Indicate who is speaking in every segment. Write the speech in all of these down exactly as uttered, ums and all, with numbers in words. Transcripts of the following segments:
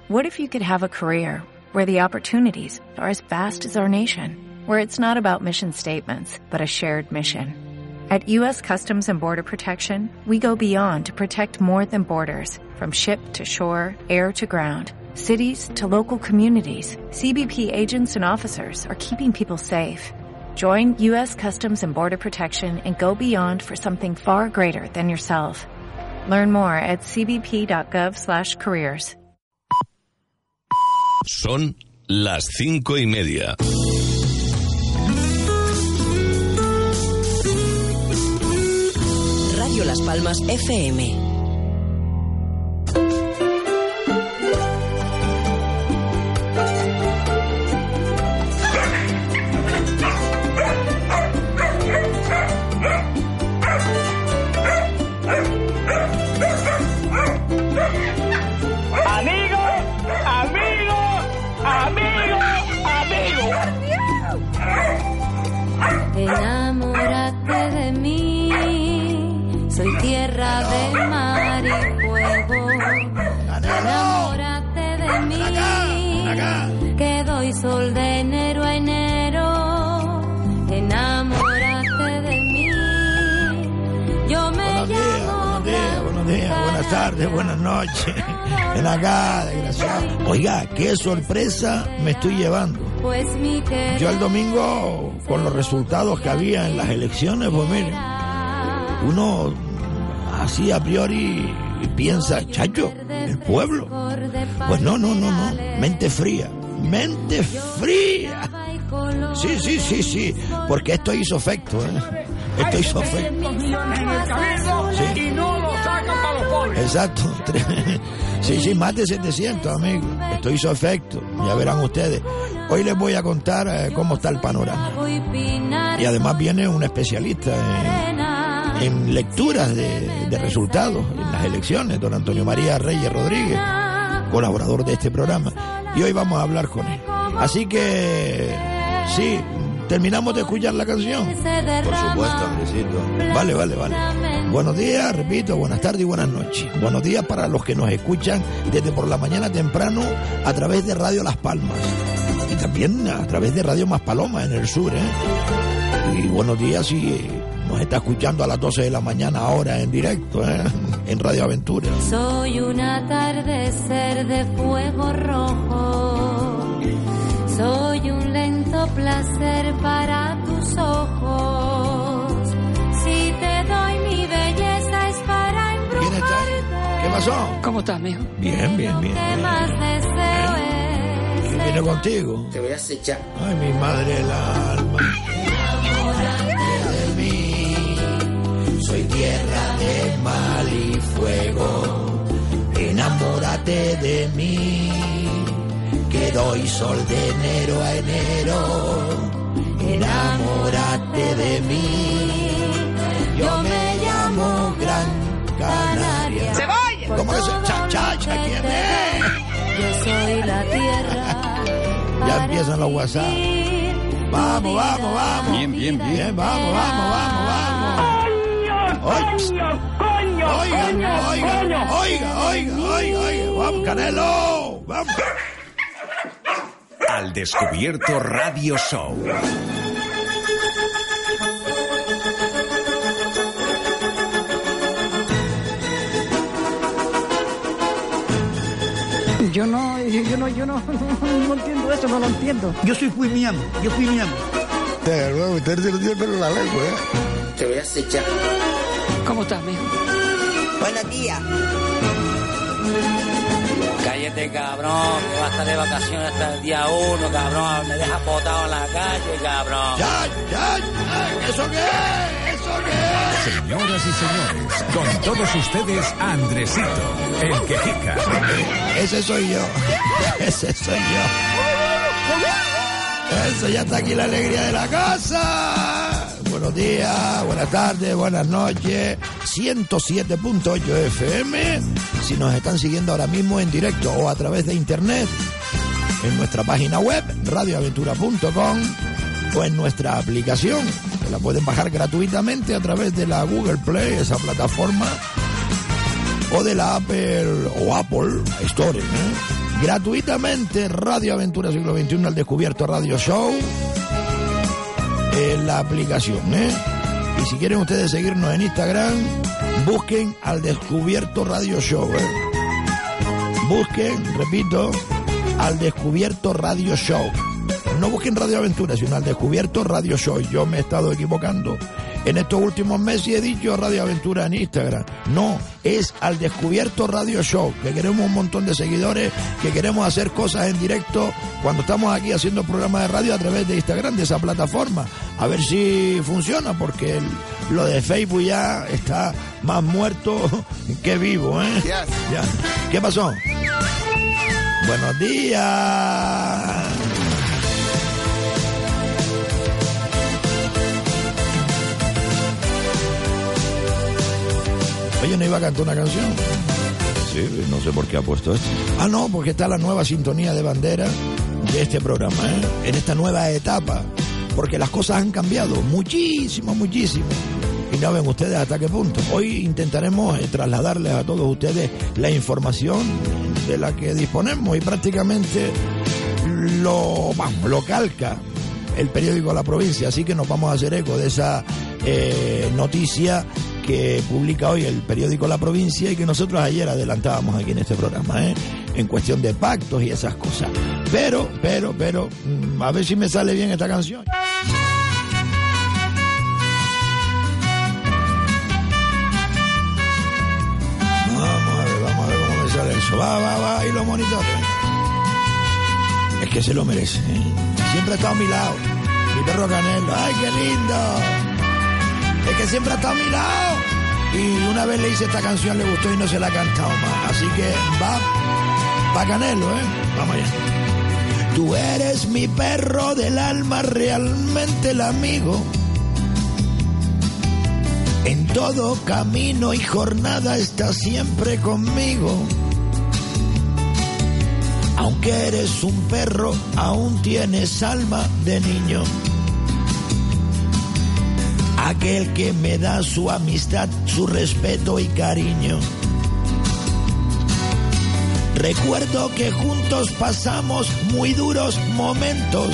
Speaker 1: What if you could have a career where the opportunities are as vast as our nation, where it's not about mission statements, but a shared mission? At U S Customs and Border Protection, we go beyond to protect more than borders, from ship to shore, air to ground, cities to local communities. C B P agents and officers are keeping people safe. Join U S Customs and Border Protection and go beyond for something far greater than yourself. Learn more at c b p dot gov slash careers.
Speaker 2: Son las cinco y media.
Speaker 3: Radio Las Palmas F M.
Speaker 4: Enamórate de mí, soy tierra de mar y fuego. Enamórate de mí, que doy sol de enero a enero. Enamórate de mí, yo me
Speaker 5: buenos días,
Speaker 4: llamo.
Speaker 5: Buenos días, buenos días, buenas tardes, buenas noches. Ven acá, desgraciado. Oiga, qué sorpresa me estoy llevando.
Speaker 4: Pues mi
Speaker 5: Yo el domingo, con los resultados que había en las elecciones, pues mire, uno así a priori piensa, chacho, el pueblo. Pues no, no, no, no, mente fría, mente fría. Sí, sí, sí, sí, porque esto hizo efecto, ¿eh? Esto hizo efecto. Sí.
Speaker 6: Y no lo sacan para los pobres.
Speaker 5: Exacto. Sí, sí, más de setecientos, amigos. Esto hizo efecto, ya verán ustedes. Hoy les voy a contar eh, cómo está el panorama. Y además viene un especialista en, en lecturas de, de resultados en las elecciones, don Antonio María Reyes Rodríguez, colaborador de este programa. Y hoy vamos a hablar con él. Así que, sí, ¿terminamos de escuchar la canción?
Speaker 7: Por supuesto, Andresito.
Speaker 5: Vale, vale, vale. Buenos días, repito, buenas tardes y buenas noches. Buenos días para los que nos escuchan desde por la mañana temprano a través de Radio Las Palmas. Y también a través de Radio Maspalomas en el sur, ¿eh? Y buenos días si nos está escuchando a las doce de la mañana ahora en directo, ¿eh? En Radio Aventura.
Speaker 4: Soy un atardecer de fuego rojo, soy un lento placer para tus ojos. Si te doy mi belleza es para embrujarte.
Speaker 5: ¿Quién está ahí? ¿Qué pasó?
Speaker 6: ¿Cómo estás, mijo?
Speaker 5: Bien, bien, bien.
Speaker 4: ¿Qué
Speaker 5: bien.
Speaker 4: más deseo es?
Speaker 5: ¿Quién viene contigo?
Speaker 7: Te voy a acechar.
Speaker 5: Ay, mi madre del alma. De mí, soy tierra de mal y fuego. Enamórate de mí, que doy sol de enero a enero. Enamórate de mí, yo me llamo Gran Canaria.
Speaker 6: ¡Se vaya!
Speaker 5: ¿Cómo que se? Chachacha, ¿quién es?
Speaker 4: Yo soy la tierra.
Speaker 5: Ya empiezan los WhatsApp. Vamos, vamos, vamos.
Speaker 2: Bien, bien, bien.
Speaker 5: Bien, vamos, vamos, vamos, vamos.
Speaker 6: ¡Coño, coño,
Speaker 5: Oiga,
Speaker 6: coño,
Speaker 5: oiga,
Speaker 6: coño!
Speaker 5: oiga, oiga, oiga, oiga. Vamos, Canelo. Vamos.
Speaker 2: Al Descubierto Radio Show.
Speaker 6: Yo no, yo no, yo no, no entiendo eso, no lo entiendo.
Speaker 8: Yo soy fui miembro, yo fui miembro.
Speaker 7: Te voy a meter el pelo en la lengua, ¿eh? Te voy a acechar.
Speaker 6: ¿Cómo estás, mijo?
Speaker 3: Buenos días.
Speaker 9: Cállate, cabrón, que va a estar de vacaciones hasta el día uno, cabrón. Me deja botado en la calle, cabrón.
Speaker 5: Ya, ya, ya. ¿Eso qué es? ¿Eso qué es?
Speaker 2: Señoras y señores, con todos ustedes, Andresito, el quejica.
Speaker 5: Ese soy yo. Ese soy yo. Eso, ya está aquí la alegría de la casa. Buenos días, buenas tardes, buenas noches. ciento siete punto ocho F M. Si nos están siguiendo ahora mismo en directo o a través de internet, en nuestra página web, radio aventura punto com, o en nuestra aplicación, que la pueden bajar gratuitamente a través de la Google Play, esa plataforma, o de la Apple o Apple Store, ¿eh? gratuitamente Radio Aventura Siglo veintiuno, Al Descubierto Radio Show, en la aplicación, ¿eh? Y si quieren ustedes seguirnos en Instagram, busquen Al Descubierto Radio Show, ¿eh? Busquen, repito, Al Descubierto Radio Show. No busquen Radio Aventura, sino Al Descubierto Radio Show. Yo me he estado equivocando. En estos últimos meses he dicho Radio Aventura en Instagram. No, es Al Descubierto Radio Show, que queremos un montón de seguidores, que queremos hacer cosas en directo cuando estamos aquí haciendo programas de radio a través de Instagram, de esa plataforma. A ver si funciona, porque el, lo de Facebook ya está más muerto que vivo, ¿eh?
Speaker 7: Yes.
Speaker 5: Ya. ¿Qué pasó? Buenos días. Oye, ¿no iba a cantar una canción? Sí, no sé por qué ha puesto esto. Ah, no, porque está la nueva sintonía de bandera de este programa, ¿eh? En esta nueva etapa. Porque las cosas han cambiado muchísimo, muchísimo. Y no ven ustedes hasta qué punto. Hoy intentaremos eh, trasladarles a todos ustedes la información de la que disponemos. Y prácticamente lo, vamos, lo calca el periódico La Provincia. Así que nos vamos a hacer eco de esa eh, noticia que publica hoy el periódico La Provincia y que nosotros ayer adelantábamos aquí en este programa, ¿eh? En cuestión de pactos y esas cosas. Pero, pero, pero, a ver si me sale bien esta canción. Vamos a ver, vamos a ver cómo me sale eso. Va, va, va, y los monitores. Es que se lo merece, ¿eh? Siempre ha estado a mi lado. Mi perro Canelo. ¡Ay, qué lindo! Es que siempre ha estado a mi lado. Y una vez le hice esta canción, le gustó y no se la ha cantado más. Así que va pa' Canelo, ¿eh? Vamos allá. Tú eres mi perro del alma, realmente el amigo. En todo camino y jornada estás siempre conmigo. Aunque eres un perro, aún tienes alma de niño. Aquel que me da su amistad, su respeto y cariño. Recuerdo que juntos pasamos muy duros momentos.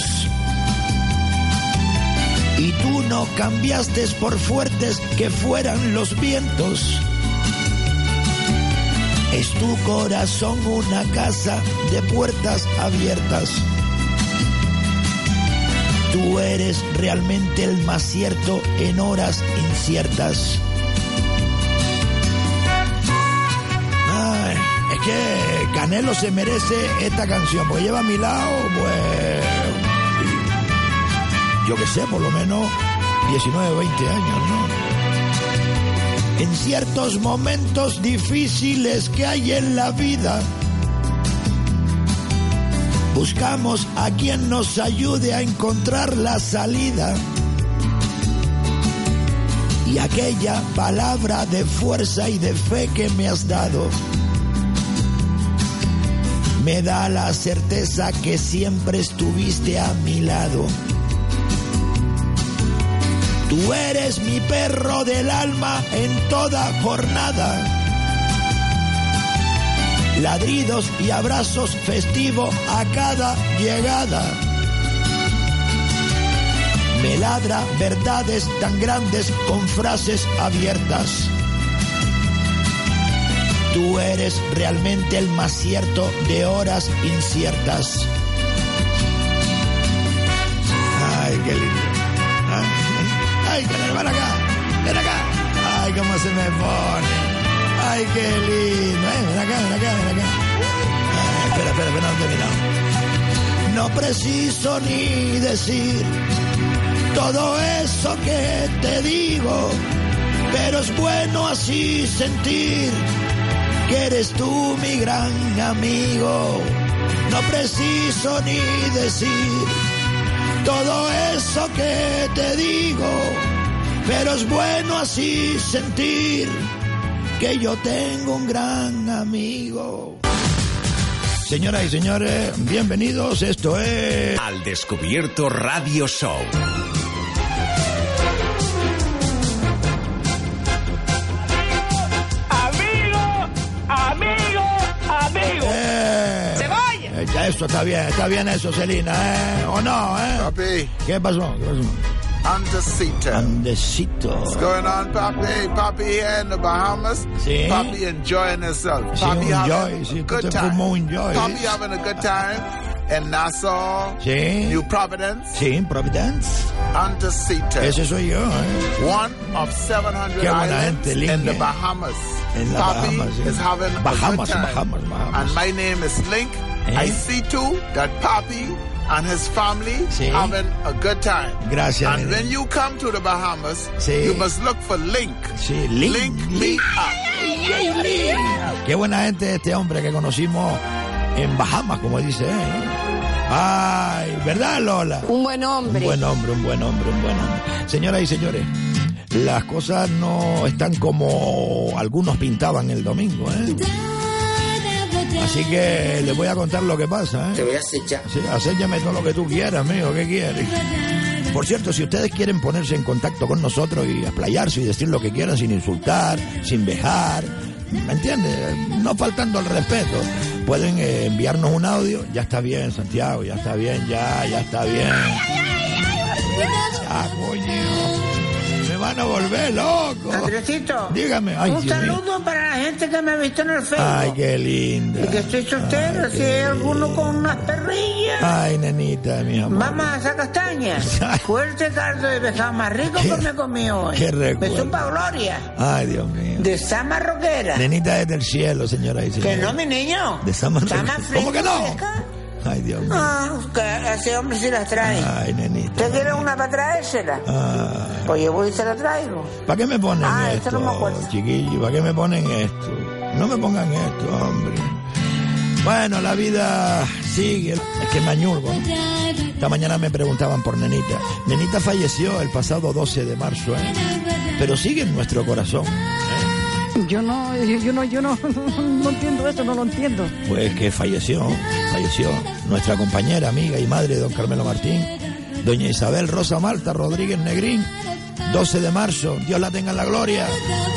Speaker 5: Y tú no cambiaste por fuertes que fueran los vientos. Es tu corazón una casa de puertas abiertas. Tú eres realmente el más cierto en horas inciertas. Ay, es que Canelo se merece esta canción, porque lleva a mi lado, pues, yo qué sé, por lo menos diecinueve, veinte años, ¿no? En ciertos momentos difíciles que hay en la vida, buscamos a quien nos ayude a encontrar la salida. Y aquella palabra de fuerza y de fe que me has dado me da la certeza que siempre estuviste a mi lado. Tú eres mi perro del alma en toda jornada. Ladridos y abrazos festivos a cada llegada. Me ladra verdades tan grandes con frases abiertas. Tú eres realmente el más cierto de horas inciertas. Ay, qué lindo. Ay, ay, que ven acá, ven acá. Ay, cómo se me pone. Ay, qué lindo. Eh, ven acá, ven acá, ven acá. Ay, espera, espera, espera, no he terminado. No preciso ni decir todo eso que te digo, pero es bueno así sentir que eres tú mi gran amigo. No preciso ni decir todo eso que te digo, pero es bueno así sentir que yo tengo un gran amigo. Señoras y señores, bienvenidos. Esto es
Speaker 2: Al Descubierto Radio Show.
Speaker 10: Amigo, amigo, amigo.
Speaker 5: Eh,
Speaker 10: ¡Cebolla!
Speaker 5: Eso está bien, está bien eso, Celina, ¿eh? ¿O no, eh?
Speaker 7: Papi.
Speaker 5: ¿Qué pasó? ¿Qué pasó?
Speaker 7: Andesito.
Speaker 5: Andesito.
Speaker 7: What's going on, Papi? Papi here in the Bahamas.
Speaker 5: Sí.
Speaker 7: Papi enjoying himself.
Speaker 5: Sí,
Speaker 7: Papi
Speaker 5: un
Speaker 7: having
Speaker 5: enjoy, sí,
Speaker 7: a good
Speaker 5: usted
Speaker 7: time.
Speaker 5: fumó un enjoy.
Speaker 7: Papi having a good time in Nassau,
Speaker 5: Sí.
Speaker 7: New Providence,
Speaker 5: Sí, Providence.
Speaker 7: Andesito.
Speaker 5: Ese soy yo, ¿eh?
Speaker 7: One of seven hundred
Speaker 5: Qué buena
Speaker 7: islands
Speaker 5: gente,
Speaker 7: in the
Speaker 5: Link.
Speaker 7: Bahamas.
Speaker 5: En la
Speaker 7: Papi
Speaker 5: Bahamas, sí.
Speaker 7: is having
Speaker 5: Bahamas,
Speaker 7: a good time.
Speaker 5: Bahamas, Bahamas.
Speaker 7: And my name is Link.
Speaker 5: Eh?
Speaker 7: I see too that Papi and his family
Speaker 5: Sí.
Speaker 7: having a good time.
Speaker 5: Gracias,
Speaker 7: And
Speaker 5: nene.
Speaker 7: when you come to the Bahamas,
Speaker 5: Sí.
Speaker 7: you must look for Link.
Speaker 5: Sí, Link.
Speaker 7: Link me
Speaker 5: Link.
Speaker 7: up.
Speaker 5: Qué buena gente este hombre que conocimos en Bahamas, como dice, ¿eh? Ay, ¿verdad, Lola?
Speaker 10: Un buen hombre.
Speaker 5: Un buen hombre, un buen hombre, un buen hombre. Señoras y señores, las cosas no están como algunos pintaban el domingo, ¿eh? Así que les voy a contar lo que pasa, ¿eh?
Speaker 9: Te voy a acechar.
Speaker 5: Sí, acéchame todo lo que tú quieras, mijo, ¿qué quieres? Por cierto, si ustedes quieren ponerse en contacto con nosotros y explayarse y decir lo que quieran sin insultar, sin vejar, ¿me entiendes? No faltando al respeto, pueden eh, enviarnos un audio. Ya está bien, Santiago, ya está bien, ya, ya está bien. Ya, coño. Me van a volver loco.
Speaker 6: Andresito.
Speaker 5: Dígame. Ay,
Speaker 6: un
Speaker 5: Dios mío.
Speaker 6: saludo para la gente que me ha visto en el Facebook.
Speaker 5: Ay, qué linda.
Speaker 6: Y que estoy soltero,
Speaker 5: Ay,
Speaker 6: si
Speaker 5: qué
Speaker 6: hay
Speaker 5: linda.
Speaker 6: alguno con unas perrillas.
Speaker 5: Ay, nenita, mi amor.
Speaker 6: Vamos a hacer castañas.
Speaker 5: Ay.
Speaker 6: Fuerte caldo de pescado más rico
Speaker 5: Qué-
Speaker 6: que me comí hoy.
Speaker 5: qué recuerdo.
Speaker 6: Beso para Gloria.
Speaker 5: Ay, Dios mío.
Speaker 6: De Sama Roquera.
Speaker 5: Nenita desde el cielo, señora y
Speaker 6: Que
Speaker 5: señores.
Speaker 6: no, mi niño.
Speaker 5: De Sama
Speaker 6: Está
Speaker 5: Roquera.
Speaker 6: más
Speaker 5: ¿Cómo que no?
Speaker 6: fresca.
Speaker 5: Ay, Dios mío.
Speaker 6: Ah, que a ese hombre sí las trae.
Speaker 5: Ay, nenita.
Speaker 6: ¿Usted quiere una para traérsela?
Speaker 5: Ay.
Speaker 6: Pues yo voy y se la traigo.
Speaker 5: ¿Para qué me ponen
Speaker 6: Ah,
Speaker 5: esto,
Speaker 6: eso no me acuerdo.
Speaker 5: chiquillos? ¿Para qué me ponen esto? No me pongan esto, hombre. Bueno, la vida sigue. Es que me añurgo, ¿no? Esta mañana me preguntaban por Nenita. Nenita falleció el pasado doce de marzo, ¿eh? Pero sigue en nuestro corazón.
Speaker 6: Yo no, yo, yo no, yo no, no entiendo eso, no lo entiendo.
Speaker 5: Pues que falleció, falleció nuestra compañera, amiga y madre, don Carmelo Martín, doña Isabel Rosa Malta Rodríguez Negrín, doce de marzo, Dios la tenga en la gloria.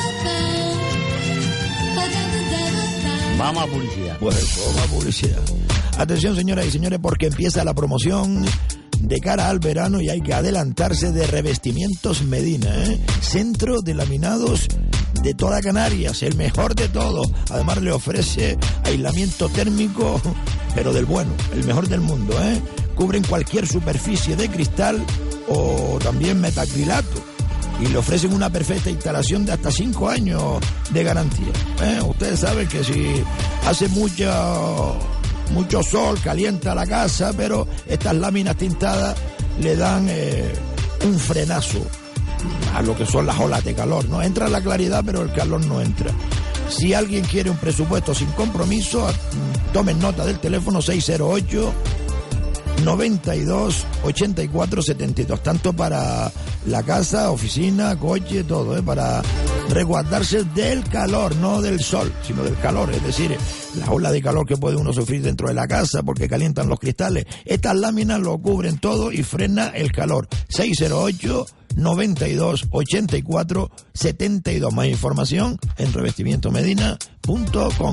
Speaker 9: Vamos a publicidad.
Speaker 5: Pues toma publicidad. Atención, señoras y señores, porque empieza la promoción de cara al verano y hay que adelantarse de Revestimientos Medina, ¿eh? Centro de laminados de toda Canarias, el mejor de todo. Además le ofrece aislamiento térmico, pero del bueno, el mejor del mundo, ¿eh? Cubren cualquier superficie de cristal o también metacrilato. Y le ofrecen una perfecta instalación de hasta cinco años de garantía, ¿eh? Ustedes saben que si hace mucho, mucho sol, calienta la casa, pero estas láminas tintadas le dan eh, un frenazo a lo que son las olas de calor, ¿no? Entra la claridad, pero el calor no entra. Si alguien quiere un presupuesto sin compromiso, tomen nota del teléfono seis cero ocho, noventa y dos, ochenta y cuatro, setenta y dos, tanto para la casa, oficina, coche, todo, ¿eh? Para resguardarse del calor, no del sol, sino del calor, es decir, la ola de calor que puede uno sufrir dentro de la casa porque calientan los cristales. Estas láminas lo cubren todo y frena el calor. seis cero ocho, noventa y dos, ochenta y cuatro, setenta y dos. Más información en revestimiento medina punto com.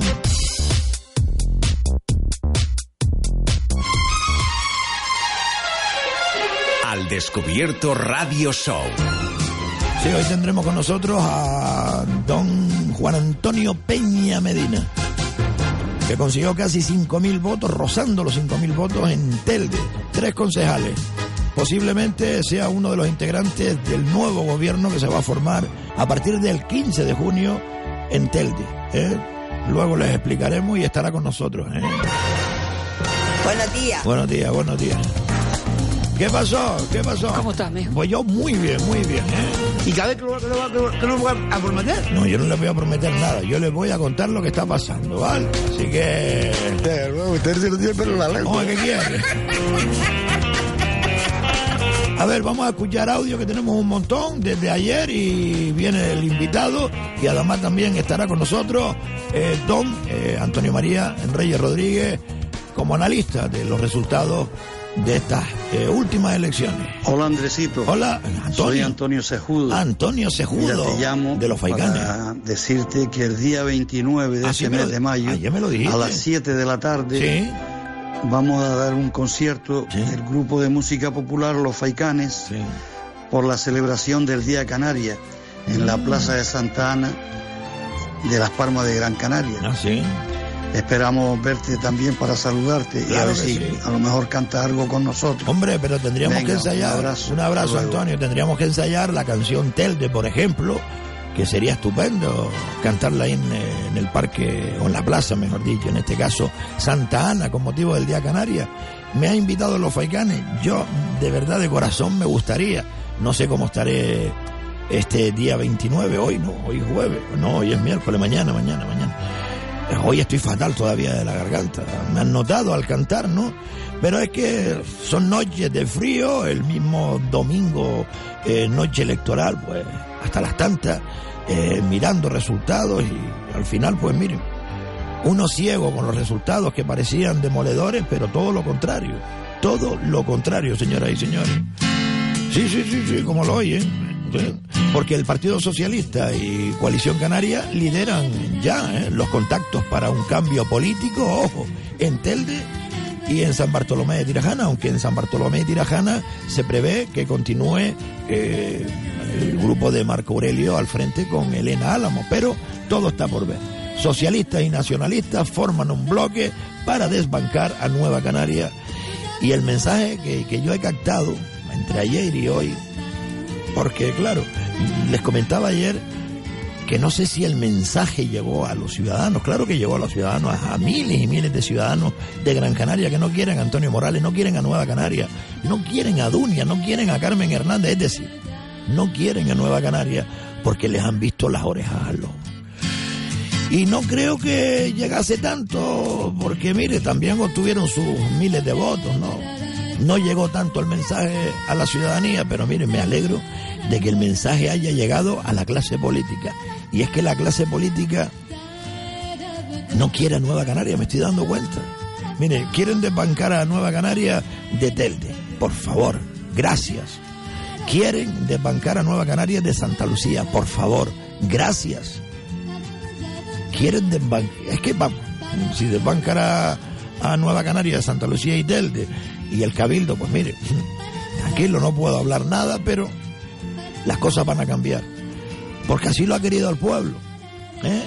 Speaker 2: Al Descubierto Radio Show.
Speaker 5: Sí, hoy tendremos con nosotros a don Juan Antonio Peña Medina, que consiguió casi cinco mil votos, rozando los cinco mil votos en Telde. Tres concejales. Posiblemente sea uno de los integrantes del nuevo gobierno que se va a formar a partir del quince de junio en Telde, ¿eh? Luego les explicaremos y estará con nosotros, ¿eh?
Speaker 3: Buenos días.
Speaker 5: Buenos días, buenos días. ¿Qué pasó? ¿Qué pasó?
Speaker 6: ¿Cómo estás, mijo?
Speaker 5: Pues yo muy bien, muy bien, ¿eh?
Speaker 6: ¿Y cada vez que lo, que lo, que lo, que lo voy a prometer?
Speaker 5: No, yo no les voy a prometer nada. Yo les voy a contar lo que está pasando, ¿vale? Así que...
Speaker 7: Eh, luego usted se lo tiene pero en la lengua.
Speaker 5: ¿Cómo que quiere? A ver, vamos a escuchar audio que tenemos un montón desde ayer y viene el invitado y además también estará con nosotros eh, don eh, Antonio María Reyes Rodríguez como analista de los resultados de estas eh, últimas elecciones.
Speaker 11: Hola, Andresito.
Speaker 5: Hola, Antonio.
Speaker 11: Soy Antonio Cejudo.
Speaker 5: Antonio Cejudo.
Speaker 11: Mira, te llamo
Speaker 5: de los Faicanes.
Speaker 11: para decirte que el día veintinueve de
Speaker 5: Ah,
Speaker 11: este
Speaker 5: sí, me
Speaker 11: mes
Speaker 5: lo-
Speaker 11: de mayo,
Speaker 5: ah, ya me lo dijiste.
Speaker 11: a las siete de la tarde,
Speaker 5: Sí.
Speaker 11: vamos a dar un concierto, sí. el grupo de música popular Los Faicanes, sí. por la celebración del Día Canaria en mm. la Plaza de Santa Ana de Las Palmas de Gran Canaria.
Speaker 5: Ah, sí.
Speaker 11: Esperamos verte también para saludarte claro y a ver si sí. a lo mejor canta algo con nosotros.
Speaker 5: Hombre, pero tendríamos Venga, que ensayar. Un abrazo, un abrazo Antonio. Tendríamos que ensayar la canción Telde, por ejemplo, que sería estupendo cantarla ahí en, en el parque, o en la plaza, mejor dicho, en este caso Santa Ana, con motivo del Día Canaria. Me ha invitado Los Faicanes. Yo, de verdad, de corazón, me gustaría. No sé cómo estaré este día veintinueve, hoy no, hoy jueves, no, hoy es miércoles, mañana, mañana, mañana. Hoy estoy fatal todavía de la garganta. Me han notado al cantar, ¿no? Pero es que son noches de frío, el mismo domingo, eh, noche electoral, pues hasta las tantas, eh, mirando resultados y al final, pues miren, uno ciego con los resultados que parecían demoledores, pero todo lo contrario, todo lo contrario, señoras y señores. Sí, sí, sí, sí, como lo oyen. Porque el Partido Socialista y Coalición Canaria lideran ya ¿eh? los contactos para un cambio político, ojo, en Telde y en San Bartolomé de Tirajana, aunque en San Bartolomé de Tirajana se prevé que continúe eh, el grupo de Marco Aurelio al frente con Elena Álamo, pero todo está por ver. Socialistas y nacionalistas forman un bloque para desbancar a Nueva Canaria, y el mensaje que, que yo he captado entre ayer y hoy, porque claro, les comentaba ayer que no sé si el mensaje llegó a los ciudadanos. Claro que llegó a los ciudadanos, a, a miles y miles de ciudadanos de Gran Canaria que no quieren a Antonio Morales, no quieren a Nueva Canaria, no quieren a Dunia, no quieren a Carmen Hernández, es decir, no quieren a Nueva Canaria porque les han visto las orejas al lobo. Y no creo que llegase tanto, porque mire, también obtuvieron sus miles de votos, ¿no? No llegó tanto el mensaje a la ciudadanía, pero miren, me alegro de que el mensaje haya llegado a la clase política. Y es que la clase política no quiere a Nueva Canaria, me estoy dando cuenta. Miren, quieren desbancar a Nueva Canaria de Telde, por favor, gracias. Quieren desbancar a Nueva Canaria de Santa Lucía, por favor, gracias. Quieren desbancar, es que vamos, si desbancar a, a Nueva Canaria de Santa Lucía y Telde y el Cabildo, pues mire, tranquilo, no puedo hablar nada, pero las cosas van a cambiar, porque así lo ha querido el pueblo, ¿eh?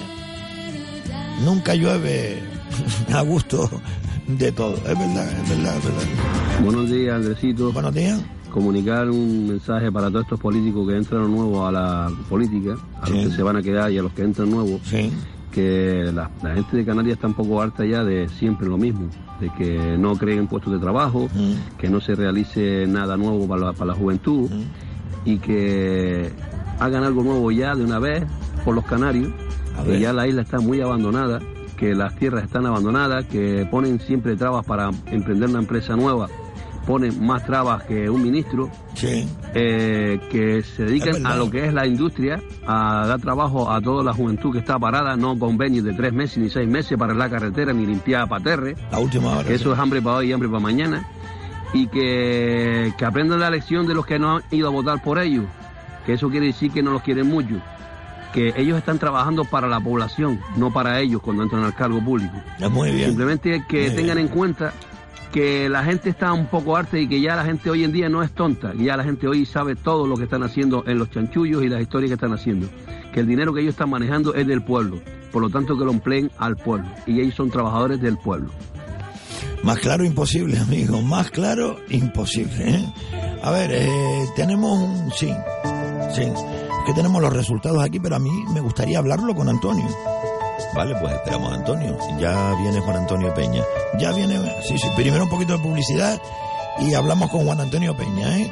Speaker 5: Nunca llueve a gusto de todo, es verdad, es verdad, es verdad.
Speaker 10: Buenos días, Andresito.
Speaker 5: Buenos días.
Speaker 10: Comunicar un mensaje para todos estos políticos que entran nuevos a la política, a sí. los que se van a quedar y a los que entran nuevos, sí. que la, la gente de Canarias está un poco harta ya de siempre lo mismo, de que no creen puestos de trabajo, mm. que no se realice nada nuevo para la, para la juventud, mm. y que hagan algo nuevo ya de una vez por los canarios, que ya la isla está muy abandonada, que las tierras están abandonadas, que ponen siempre trabas para emprender una empresa nueva, ponen más trabas que un ministro, sí. eh, que se dediquen a lo que es la industria, a dar trabajo a toda la juventud que está parada, no convenios de tres meses ni seis meses para la carretera ni limpiar paterre,
Speaker 5: la última hora,
Speaker 10: que eso sí. es hambre para hoy y hambre para mañana, y que, que aprendan la lección de los que no han ido a votar por ellos, que eso quiere decir que no los quieren mucho, que ellos están trabajando para la población, no para ellos cuando entran al cargo público.
Speaker 5: Muy bien.
Speaker 10: Simplemente que
Speaker 5: Muy
Speaker 10: tengan
Speaker 5: bien.
Speaker 10: en cuenta que la gente está un poco harta y que ya la gente hoy en día no es tonta, ya la gente hoy sabe todo lo que están haciendo en los chanchullos y las historias que están haciendo, que el dinero que ellos están manejando es del pueblo, por lo tanto que lo empleen al pueblo, y ellos son trabajadores del pueblo.
Speaker 5: Más claro imposible, amigo, más claro imposible, ¿eh? A ver, eh, tenemos un... sí, sí, es que tenemos los resultados aquí, pero a mí me gustaría hablarlo con Antonio. Vale, pues esperamos a Antonio. Ya viene Juan Antonio Peña. Ya viene, sí, sí, primero un poquito de publicidad y hablamos con Juan Antonio Peña, ¿eh?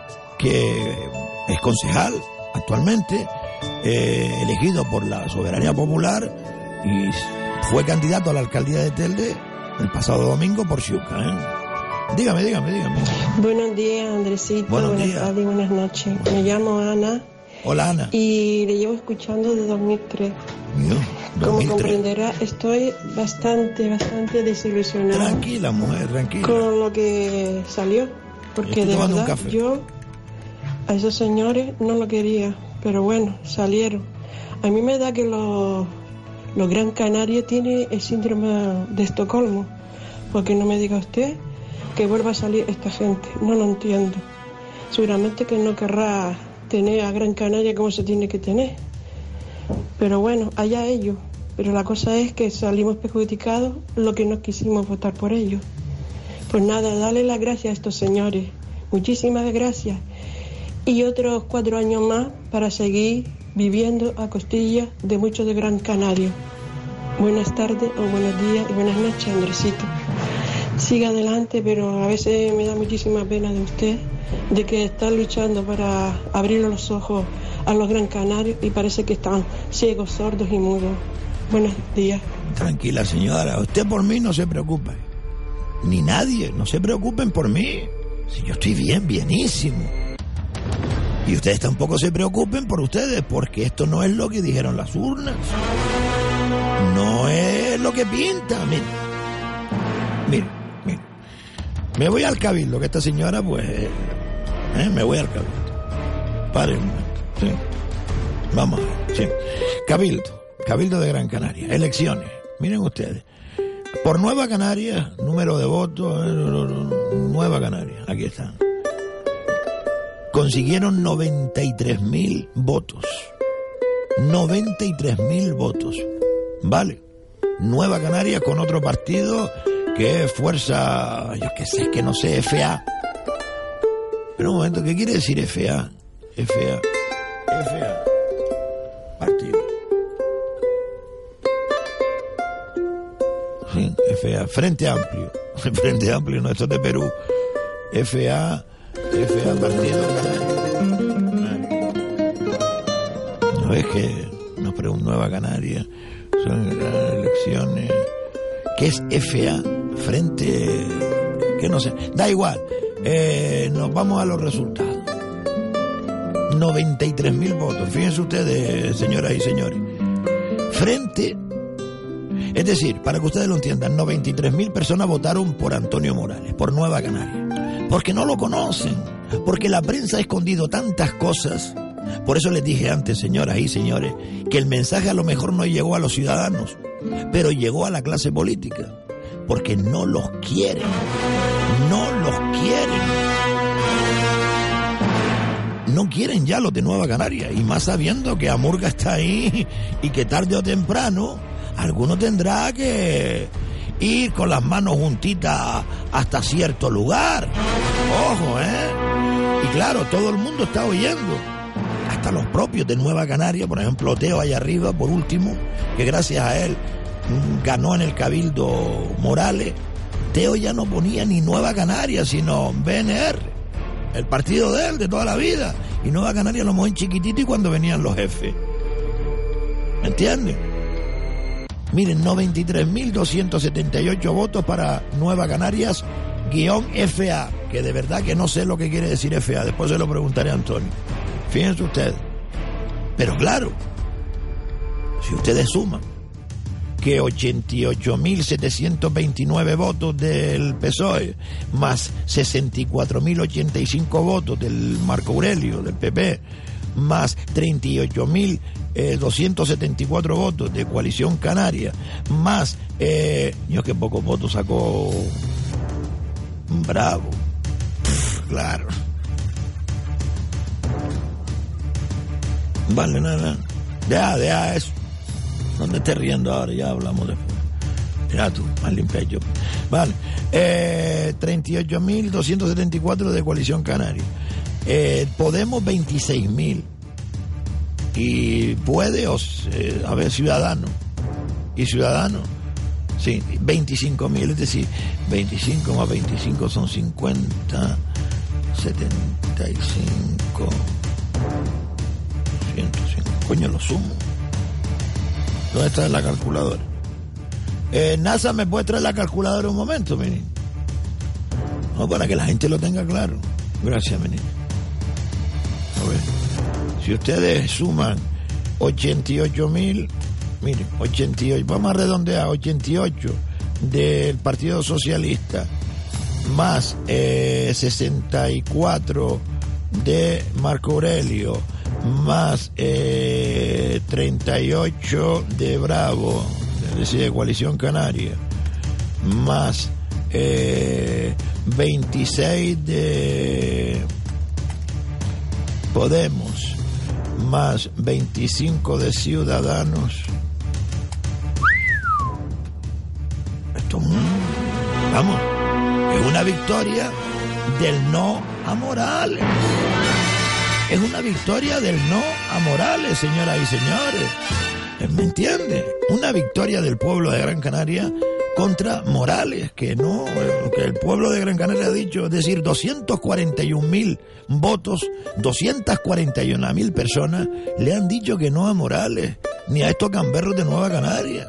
Speaker 5: Que es concejal actualmente, eh, elegido por la Soberanía Popular y fue candidato a la alcaldía de Telde el pasado domingo por Xiuca, ¿eh? Dígame, dígame, dígame.
Speaker 12: Buenos días, Andresito.
Speaker 5: Buenos
Speaker 12: buenas
Speaker 5: días.
Speaker 12: tardes y buenas noches. Me llamo Ana.
Speaker 5: Hola, Ana.
Speaker 12: Y le llevo escuchando desde dos mil tres.
Speaker 5: Yo, dos mil tres.
Speaker 12: Como comprenderá, estoy bastante, bastante desilusionada.
Speaker 5: Tranquila, mujer, tranquila.
Speaker 12: Con lo que salió. Porque de verdad, yo a esos señores no lo quería. Pero bueno, salieron. A mí me da que los, los Gran Canarios tienen el síndrome de Estocolmo. porque no me diga usted que vuelva a salir esta gente. No lo entiendo. Seguramente que no querrá tener a Gran Canaria como se tiene que tener. Pero bueno, allá ellos. Pero la cosa es que salimos perjudicados lo que no quisimos votar por ellos. Pues nada, dale las gracias a estos señores. Muchísimas gracias. Y otros cuatro años más para seguir viviendo a costillas de muchos de Gran Canaria. Buenas tardes o buenos días y buenas noches, Andresito. Siga adelante, pero a veces me da muchísima pena de usted, de que está luchando para abrir los ojos a los Gran Canarios y parece que están ciegos, sordos y mudos. Buenos días.
Speaker 5: Tranquila, señora, usted por mí no se preocupe. Ni nadie, no se preocupen por mí. Si yo estoy bien, bienísimo. Y ustedes tampoco se preocupen por ustedes, porque esto no es lo que dijeron las urnas. No es lo que pinta. Mire, mire, mire. Me voy al cabildo, que esta señora, pues... ¿eh? Me voy al cabildo. Pare un momento. Sí. Vamos a ver. Sí. Cabildo. Cabildo de Gran Canaria. Elecciones. Miren ustedes. Por Nueva Canaria, número de votos... Eh, Nueva Canaria. Aquí están. Consiguieron noventa y tres mil votos. noventa y tres mil votos. Vale. Nueva Canaria con otro partido que es Fuerza, yo qué sé, que no sé, F A. Pero un momento, ¿qué quiere decir F A? F A. F A. Partido. Sí, F A. Frente Amplio. Frente Amplio, no, esto es de Perú. F A. F A, Partido Canario. ¿No ves que nos pregunta Nueva Canaria? Son elecciones. ¿Qué es F A? Frente... que no sé. Da igual. Eh, nos vamos a los resultados. noventa y tres mil votos. Fíjense ustedes, señoras y señores. Frente... Es decir, para que ustedes lo entiendan, noventa y tres mil personas votaron por Antonio Morales, por Nueva Canaria. Porque no lo conocen. Porque la prensa ha escondido tantas cosas. Por eso les dije antes, señoras y señores, que el mensaje a lo mejor no llegó a los ciudadanos, pero llegó a la clase política. Porque no los quieren. No los quieren. No quieren ya los de Nueva Canaria. Y más sabiendo que Amurga está ahí y que tarde o temprano alguno tendrá que ir con las manos juntitas hasta cierto lugar. Ojo, ¿eh? Y claro, todo el mundo está oyendo. Hasta los propios de Nueva Canaria, por ejemplo, Teo allá arriba, por último, que gracias a él ganó en el Cabildo Morales. Teo ya no ponía ni Nueva Canaria, sino B N R, el partido de él, de toda la vida. Y Nueva Canaria lo mojó en chiquitito y cuando venían los jefes. ¿Me entienden? Miren, noventa y tres mil doscientos setenta y ocho votos para Nueva Canarias, guión F A, que de verdad que no sé lo que quiere decir F A, después se lo preguntaré a Antonio. Fíjense ustedes. Pero claro, si ustedes suman que ochenta y ocho mil setecientos veintinueve votos del P S O E, más sesenta y cuatro mil ochenta y cinco votos del Marco Aurelio, del P P, más treinta y ocho mil doscientos setenta y cuatro votos de Coalición Canaria, más, eh, yo que pocos votos sacó Bravo. Pff, claro. Vale, nada, nada. Deja, deja eso. No te estés riendo ahora, ya hablamos después. Mira tú, más limpia yo. Vale. Eh, treinta y ocho mil doscientos setenta y cuatro de Coalición Canaria. Eh, Podemos veintiséis mil. Y puede, o, eh, a ver, Ciudadano. Y Ciudadano, sí, veinticinco mil. Es decir, veinticinco más veinticinco son cincuenta, setenta y cinco, ciento cinco. Coño, lo sumo. ¿Dónde está la calculadora? Eh, NASA, ¿me puede traer la calculadora un momento, mi niño? No, para que la gente lo tenga claro. Gracias, mi niño. A ver, si ustedes suman ochenta y ocho mil, miren, ochenta y ocho, vamos a redondear, ochenta y ocho del Partido Socialista, más eh, sesenta y cuatro de Marco Aurelio, más eh, treinta y ocho de Bravo, es decir, de Coalición Canaria, más veintiséis de Podemos más veinticinco de Ciudadanos. Esto, vamos, es una victoria del no a Morales. Es una victoria del no a Morales, señoras y señores. ¿Me entiende? Una victoria del pueblo de Gran Canaria contra Morales, que no, que el pueblo de Gran Canaria ha dicho, es decir, doscientos cuarenta y un mil votos, doscientas cuarenta y una mil personas le han dicho que no a Morales, ni a estos gamberros de Nueva Canaria.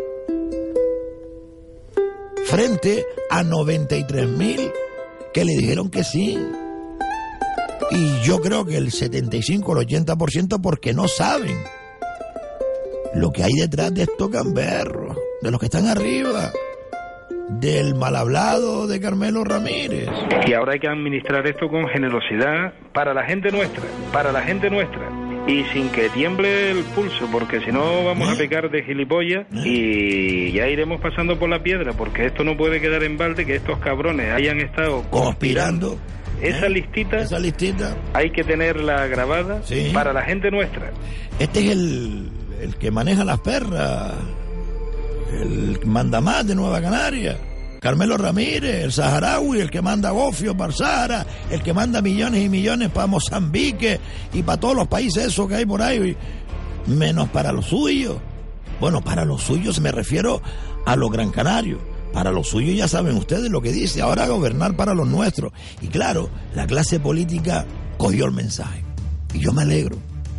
Speaker 5: Frente a noventa y tres mil que le dijeron que sí. Y yo creo que el setenta y cinco o el ochenta por ciento porque no saben lo que hay detrás de estos gamberros, de los que están arriba, del mal hablado de Carmelo Ramírez.
Speaker 13: Y ahora hay que administrar esto con generosidad para la gente nuestra, para la gente nuestra, y sin que tiemble el pulso, porque si no vamos ¿Eh? a pecar de gilipollas ¿Eh? y ya iremos pasando por la piedra, porque esto no puede quedar en balde que estos cabrones hayan estado conspirando. conspirando. Esa, ¿Eh? listita, Esa listita hay que tenerla grabada ¿Sí? para la gente nuestra.
Speaker 5: Este es el, el que maneja las perras, el mandamás de Nueva Canaria, Carmelo Ramírez, el saharaui, el que manda gofio para el Sahara, el que manda millones y millones para Mozambique y para todos los países esos que hay por ahí, menos para los suyos. Bueno, para los suyos me refiero a los gran canarios. Para los suyos ya saben ustedes lo que dice, ahora gobernar para los nuestros. Y claro, la clase política cogió el mensaje. Y yo me alegro.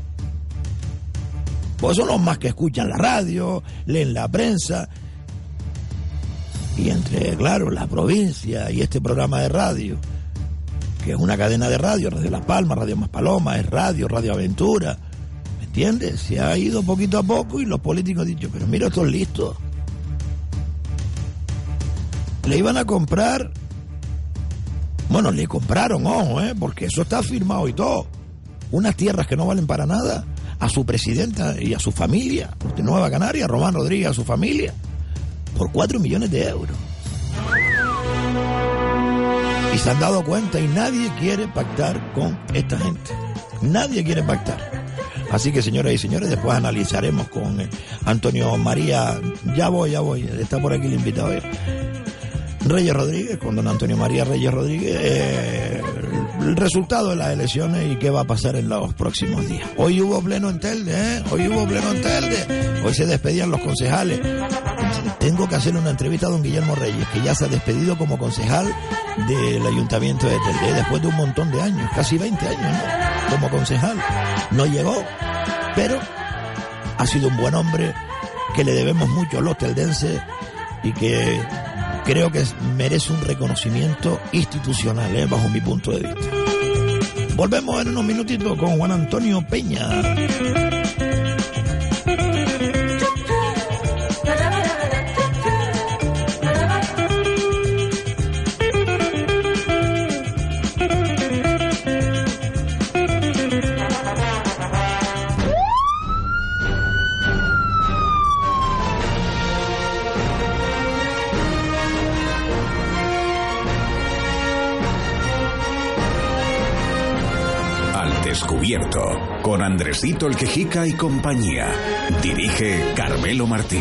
Speaker 5: Pues son los más que escuchan la radio, leen la prensa. Y entre, claro, la provincia y este programa de radio, que es una cadena de radio, Radio Las Palmas, Radio Maspalomas, es radio, Radio Aventura. ¿Me entiendes? Se ha ido poquito a poco y los políticos han dicho, pero mira, estos listos. Le iban a comprar, bueno, le compraron, ojo, ¿eh? Porque eso está firmado y todo, unas tierras que no valen para nada a su presidenta y a su familia, de Nueva Canaria, Román Rodríguez, a su familia, por cuatro millones de euros. Y se han dado cuenta y nadie quiere pactar con esta gente. Nadie quiere pactar. Así que, señoras y señores, después analizaremos con eh, Antonio María, ya voy, ya voy, está por aquí el invitado hoy. Reyes Rodríguez, con don Antonio María Reyes Rodríguez, eh, el resultado de las elecciones y qué va a pasar en los próximos días. Hoy hubo pleno en Telde, ¿eh? Hoy hubo pleno en Telde. Hoy se despedían los concejales. Tengo que hacerle una entrevista a don Guillermo Reyes, que ya se ha despedido como concejal del Ayuntamiento de Telde, después de un montón de años, casi veinte años, ¿no? Como concejal. No llegó, pero ha sido un buen hombre que le debemos mucho a los teldenses y que creo que merece un reconocimiento institucional, ¿eh? Bajo mi punto de vista. Volvemos en unos minutitos con Juan Antonio Peña.
Speaker 2: Descubierto, con Andresito el Quejica y compañía. Dirige Carmelo Martín.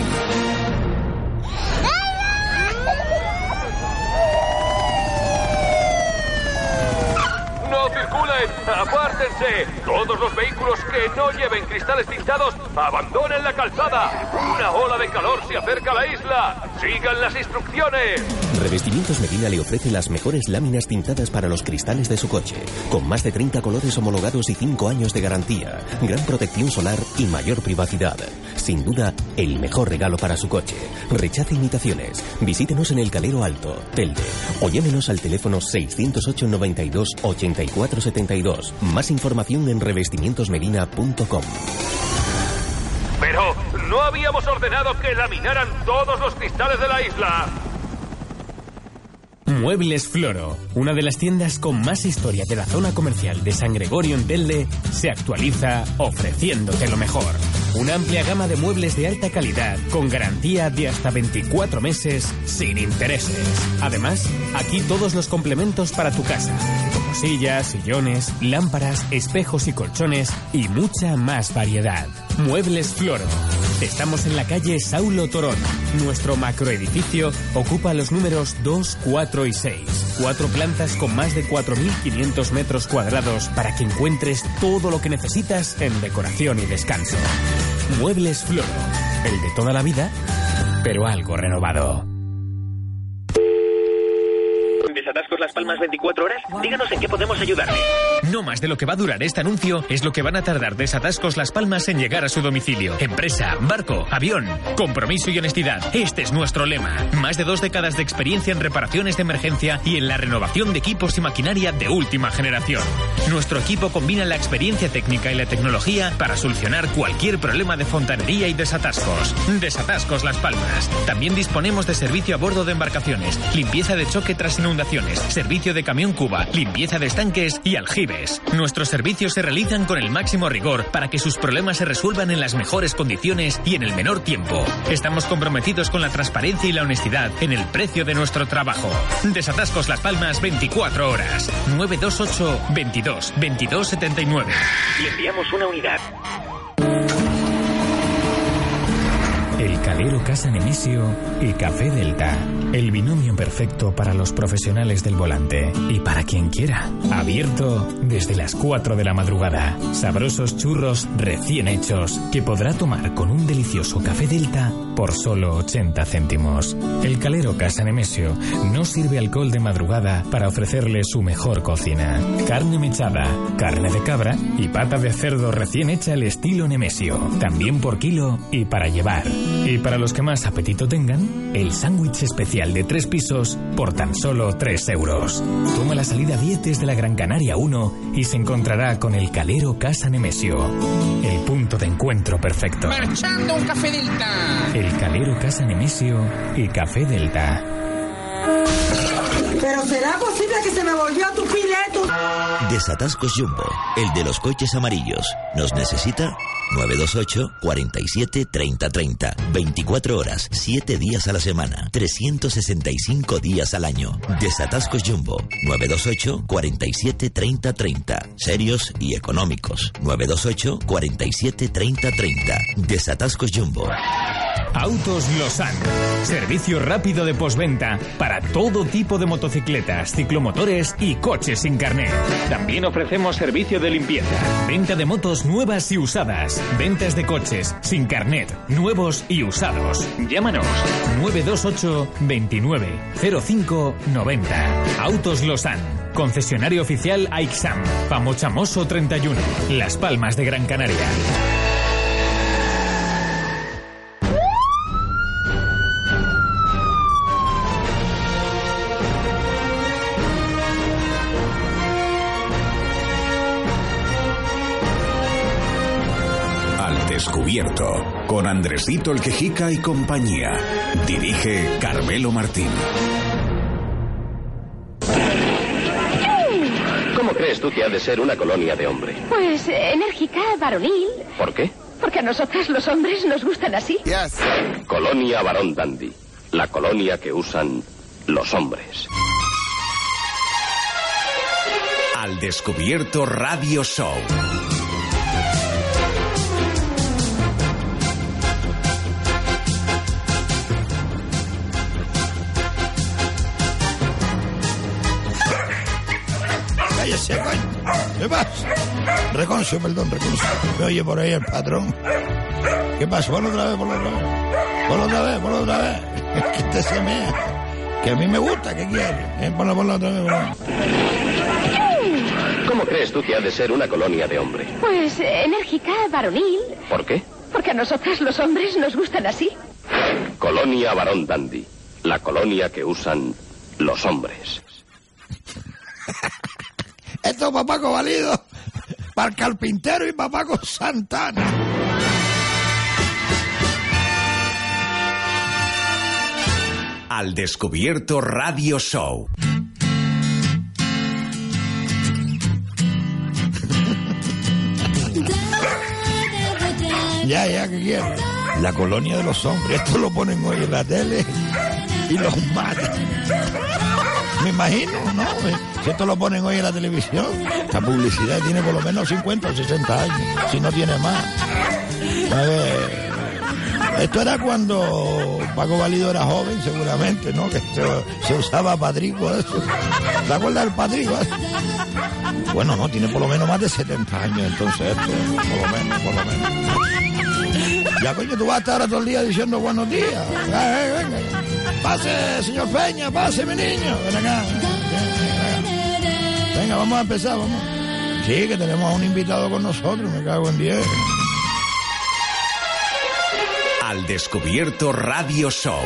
Speaker 14: ¡No circulen! ¡Apártense! Todos los vehículos que no lleven cristales tintados, abandonen la calzada. Una ola de calor se acerca a la isla. ¡Sigan las instrucciones!
Speaker 15: Revestimientos Medina le ofrece las mejores láminas tintadas para los cristales de su coche, con más de treinta colores homologados y cinco años de garantía, gran protección solar y mayor privacidad. Sin duda, el mejor regalo para su coche. Rechace imitaciones. Visítenos en el Calero Alto, Telde, o llámenos al teléfono seiscientos ocho, noventa y dos, ochenta y cuatro setenta y dos. Más información en revestimientos medina punto com.
Speaker 14: Pero, ¿no habíamos ordenado que laminaran todos los cristales de la isla?
Speaker 16: Muebles Floro, una de las tiendas con más historia de la zona comercial de San Gregorio en Telde, se actualiza ofreciéndote lo mejor. Una amplia gama de muebles de alta calidad con garantía de hasta veinticuatro meses sin intereses. Además, aquí todos los complementos para tu casa, como sillas, sillones, lámparas, espejos y colchones y mucha más variedad. Muebles Floro. Estamos en la calle Saulo Torón. Nuestro macroedificio ocupa los números dos, cuatro y seis. Cuatro plantas con más de cuatro mil quinientos metros cuadrados para que encuentres todo lo que necesitas en decoración y descanso. Muebles Floro. El de toda la vida, pero algo renovado.
Speaker 17: ¿Desatascos Las Palmas veinticuatro horas? Díganos en qué podemos ayudarle.
Speaker 16: No más de lo que va a durar este anuncio es lo que van a tardar Desatascos Las Palmas en llegar a su domicilio. Empresa, barco, avión, compromiso y honestidad. Este es nuestro lema. Más de dos décadas de experiencia en reparaciones de emergencia y en la renovación de equipos y maquinaria de última generación. Nuestro equipo combina la experiencia técnica y la tecnología para solucionar cualquier problema de fontanería y desatascos. Desatascos Las Palmas. También disponemos de servicio a bordo de embarcaciones, limpieza de choque tras inundaciones, servicio de camión cuba, limpieza de estanques y aljibes. Nuestros servicios se realizan con el máximo rigor para que sus problemas se resuelvan en las mejores condiciones y en el menor tiempo. Estamos comprometidos con la transparencia y la honestidad en el precio de nuestro trabajo. Desatascos Las Palmas veinticuatro horas. nueve dos ocho, veintidós, veintidós setenta y nueve.
Speaker 17: Le enviamos una unidad.
Speaker 16: El Calero Casa Nemesio y Café Delta. El binomio perfecto para los profesionales del volante y para quien quiera. Abierto desde las cuatro de la madrugada. Sabrosos churros recién hechos que podrá tomar con un delicioso Café Delta por solo ochenta céntimos. El Calero Casa Nemesio no sirve alcohol de madrugada para ofrecerle su mejor cocina. Carne mechada, carne de cabra y pata de cerdo recién hecha al estilo Nemesio. También por kilo y para llevar. Y para los que más apetito tengan, el sándwich especial de tres pisos por tan solo tres euros. Toma la salida diez desde la Gran Canaria uno y se encontrará con el Calero Casa Nemesio. El punto de encuentro perfecto.
Speaker 18: ¡Marchando un Café Delta!
Speaker 16: El Calero Casa Nemesio y Café Delta.
Speaker 3: ¿Pero será posible que se me volvió tu pileto?
Speaker 19: Desatascos Jumbo, el de los coches amarillos. ¿Nos necesita? nueve dos ocho, cuarenta y siete, treinta treinta. veinticuatro horas, siete días a la semana, trescientos sesenta y cinco días al año. Desatascos Jumbo, nueve dos ocho, cuarenta y siete, treinta treinta. Serios y económicos. nueve dos ocho, cuarenta y siete, treinta treinta. Desatascos Jumbo.
Speaker 16: Autos Losan. Servicio rápido de postventa para todo tipo de motocicletas, ciclomotores y coches sin carnet. También ofrecemos servicio de limpieza, venta de motos nuevas y usadas, ventas de coches sin carnet, nuevos y usados. Llámanos nueve dos ocho, veintinueve, cero cinco, noventa. Autos Losan. Concesionario oficial Aixam. Famochamoso treinta y uno. Las Palmas de Gran Canaria.
Speaker 2: Descubierto, con Andresito el Quejica y compañía. Dirige Carmelo Martín.
Speaker 20: ¿Cómo crees tú que ha de ser una colonia de hombre?
Speaker 21: Pues eh, enérgica, varonil.
Speaker 20: ¿Por qué?
Speaker 21: Porque a nosotras los hombres nos gustan así.
Speaker 20: Yes. Colonia Varón Dandy. La colonia que usan los hombres.
Speaker 2: Al Descubierto Radio Show.
Speaker 5: Cállese, coño. ¿Qué pasa? Reconcio, perdón, reconcio. Me oye por ahí el patrón. ¿Qué pasa? Ponlo otra vez, ponlo otra vez. Ponlo otra vez, ponlo otra vez. Que usted se mea. Que a mí me gusta, ¿qué quiere? Eh, ponlo, ponlo otra vez, ponlo.
Speaker 20: ¿Cómo crees tú que ha de ser una colonia de hombre?
Speaker 21: Pues eh, enérgica, varonil.
Speaker 20: ¿Por qué?
Speaker 21: Porque a nosotras los hombres nos gustan así.
Speaker 20: Colonia Varón Dandy. La colonia que usan los hombres.
Speaker 5: Esto es Papaco válido para el carpintero y Papaco Santana.
Speaker 2: Al Descubierto Radio Show.
Speaker 5: Ya, ya, ¿qué quieres? La colonia de los hombres. Esto lo ponen hoy en la tele y los matan. Me imagino, ¿no? Si esto lo ponen hoy en la televisión, esta publicidad tiene por lo menos cincuenta o sesenta años, si no tiene más. A ver, esto era cuando Paco Valido era joven, seguramente, ¿no? Que se, se usaba padrico, eso. ¿Te acuerdas del padrico? Eso? Bueno, no, tiene por lo menos más de setenta años, entonces esto, por lo menos, por lo menos. Ya, coño, tú vas a estar ahora todo el día diciendo buenos días. Venga, venga. Pase, señor Peña, pase, mi niño. Ven acá. Venga, vamos a empezar, vamos. Sí, que tenemos a un invitado con nosotros, me cago en diez.
Speaker 2: Al Descubierto Radio Show.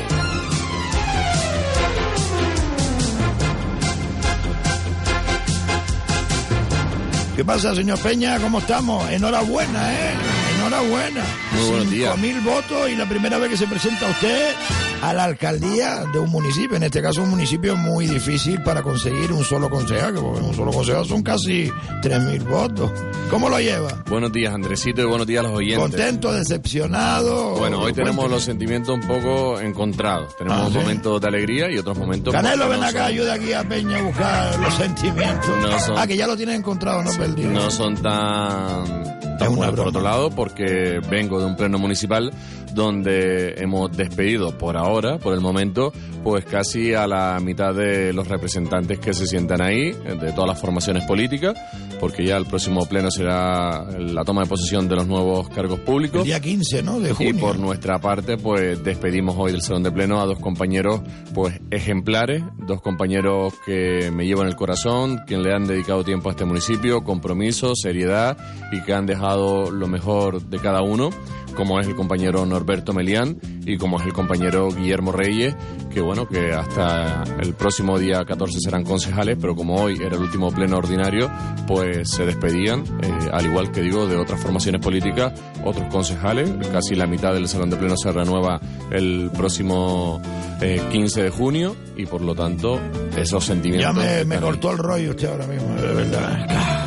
Speaker 5: ¿Qué pasa, señor Peña? ¿Cómo estamos? Enhorabuena, ¿eh? Enhorabuena.
Speaker 1: Muy buenos días.
Speaker 5: cinco mil votos y la primera vez que se presenta usted a la alcaldía de un municipio. En este caso, un municipio muy difícil para conseguir un solo concejal, porque un solo concejal son casi tres mil votos. ¿Cómo lo lleva?
Speaker 1: Buenos días, Andresito, y buenos días a los oyentes.
Speaker 5: ¿Contento, decepcionado?
Speaker 1: Bueno, hoy tenemos
Speaker 5: Cuénteme.
Speaker 1: los sentimientos un poco encontrados. Tenemos
Speaker 5: Ah, ¿sí?
Speaker 1: momentos de alegría y otros momentos...
Speaker 5: Canelo,
Speaker 1: que
Speaker 5: ven
Speaker 1: no
Speaker 5: acá,
Speaker 1: son-
Speaker 5: ayuda aquí a Peña a buscar los sentimientos.
Speaker 1: No son-
Speaker 5: Ah, que ya lo tienes encontrado, no perdido.
Speaker 1: No son tan, tan
Speaker 5: una
Speaker 1: buenos, por
Speaker 5: broma.
Speaker 1: otro lado, porque vengo de un pleno municipal donde hemos despedido por ahora, por el momento, pues casi a la mitad de los representantes que se sientan ahí, de todas las formaciones políticas, porque ya el próximo pleno será la toma de posesión de los nuevos cargos públicos.
Speaker 5: El día quince, ¿no? De junio.
Speaker 1: Y por nuestra parte, pues despedimos hoy del Salón de Pleno a dos compañeros, pues ejemplares, dos compañeros que me llevan el corazón, que le han dedicado tiempo a este municipio, compromiso, seriedad y que han dejado lo mejor de cada uno, como es el compañero Norberto Melián y como es el compañero Guillermo Reyes, que bueno, que hasta el próximo día catorce serán concejales, pero como hoy era el último pleno ordinario, pues se despedían, eh, al igual que digo, de otras formaciones políticas, otros concejales, casi la mitad del Salón de Pleno se renueva el próximo eh, quince de junio y por lo tanto esos
Speaker 5: Ya
Speaker 1: sentimientos...
Speaker 5: me, me
Speaker 1: están ahí.
Speaker 5: cortó el rollo usted ahora mismo, de verdad.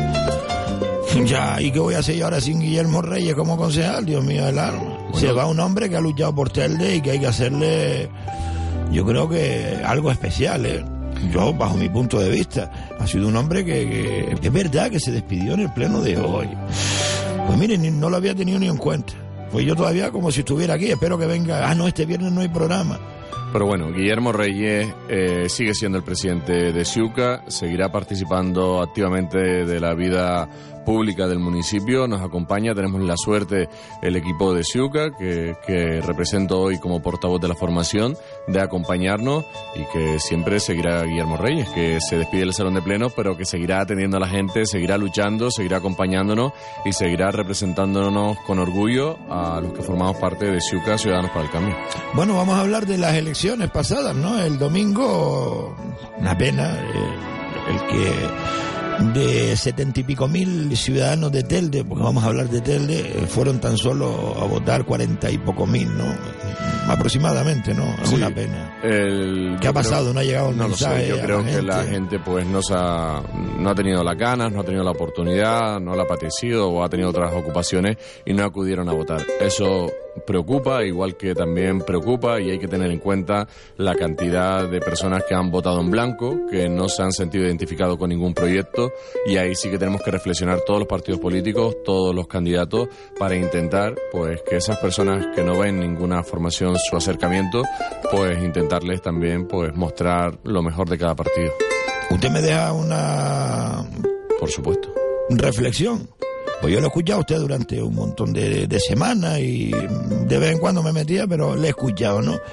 Speaker 5: Ya, ¿y qué voy a hacer yo ahora sin Guillermo Reyes como concejal? Dios mío del alma. Se va un hombre que ha luchado por Telde y que hay que hacerle, yo creo que algo especial, ¿eh? Yo, bajo mi punto de vista, ha sido un hombre que, que es verdad que se despidió en el pleno de hoy. Pues miren, ni- no lo había tenido ni en cuenta. Pues yo todavía como si estuviera aquí, espero que venga. Ah, no, este viernes no hay programa.
Speaker 1: Pero bueno, Guillermo Reyes eh, sigue siendo el presidente de Siuca, seguirá participando activamente de la vida pública del municipio, nos acompaña, tenemos la suerte el equipo de Siuca, que, que represento hoy como portavoz de la formación, de acompañarnos y que siempre seguirá Guillermo Reyes, que se despide del Salón de Pleno, pero que seguirá atendiendo a la gente, seguirá luchando, seguirá acompañándonos y seguirá representándonos con orgullo a los que formamos parte de Siuca, Ciudadanos para el Cambio.
Speaker 5: Bueno, vamos a hablar de las elecciones pasadas, ¿no? El domingo, una pena, eh, el que de setenta y pico mil ciudadanos de Telde, porque vamos a hablar de Telde, eh, fueron tan solo a votar cuarenta y poco mil, ¿no? Aproximadamente, ¿no? Es
Speaker 1: Sí.
Speaker 5: una pena.
Speaker 1: El,
Speaker 5: ¿Qué ha
Speaker 1: yo
Speaker 5: pasado?
Speaker 1: creo-
Speaker 5: ¿No ha llegado el
Speaker 1: no
Speaker 5: mensaje
Speaker 1: lo sé, yo
Speaker 5: a
Speaker 1: creo
Speaker 5: la
Speaker 1: que
Speaker 5: gente?
Speaker 1: la gente pues no, se ha, no ha tenido las ganas, no ha tenido la oportunidad, no la ha apetecido o ha tenido otras ocupaciones y no acudieron a votar. Eso preocupa, igual que también preocupa y hay que tener en cuenta la cantidad de personas que han votado en blanco, que no se han sentido identificados con ningún proyecto y ahí sí que tenemos que reflexionar todos los partidos políticos, todos los candidatos para intentar pues que esas personas que no ven ninguna formación su acercamiento, pues intentarles también pues mostrar lo mejor de cada partido.
Speaker 5: Usted me deja una...
Speaker 1: Por supuesto.
Speaker 5: reflexión. Pues yo lo he escuchado a usted durante un montón de, de semanas y de vez en cuando me metía, pero le he escuchado, ¿no?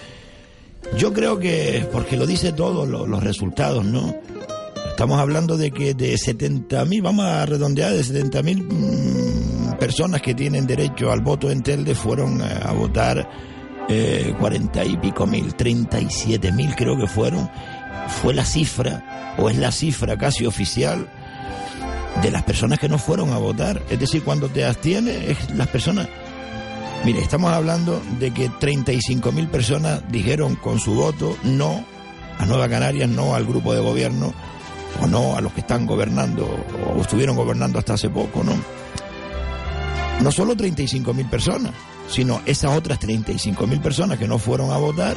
Speaker 5: Yo creo que, porque lo dice todo, lo, los resultados, ¿no? Estamos hablando de que de setenta mil, vamos a redondear, de setenta mil mmm, personas que tienen derecho al voto en Telde fueron a, a votar eh, cuarenta y pico mil, treinta y siete mil creo que fueron. Fue la cifra, o es la cifra casi oficial, de las personas que no fueron a votar. Es decir, cuando te abstienes, es las personas... Mire, estamos hablando de que treinta y cinco mil personas dijeron con su voto no a Nueva Canarias, no al grupo de gobierno, o no a los que están gobernando, o estuvieron gobernando hasta hace poco, ¿no? no solo treinta y cinco mil personas, sino esas otras treinta y cinco mil personas que no fueron a votar,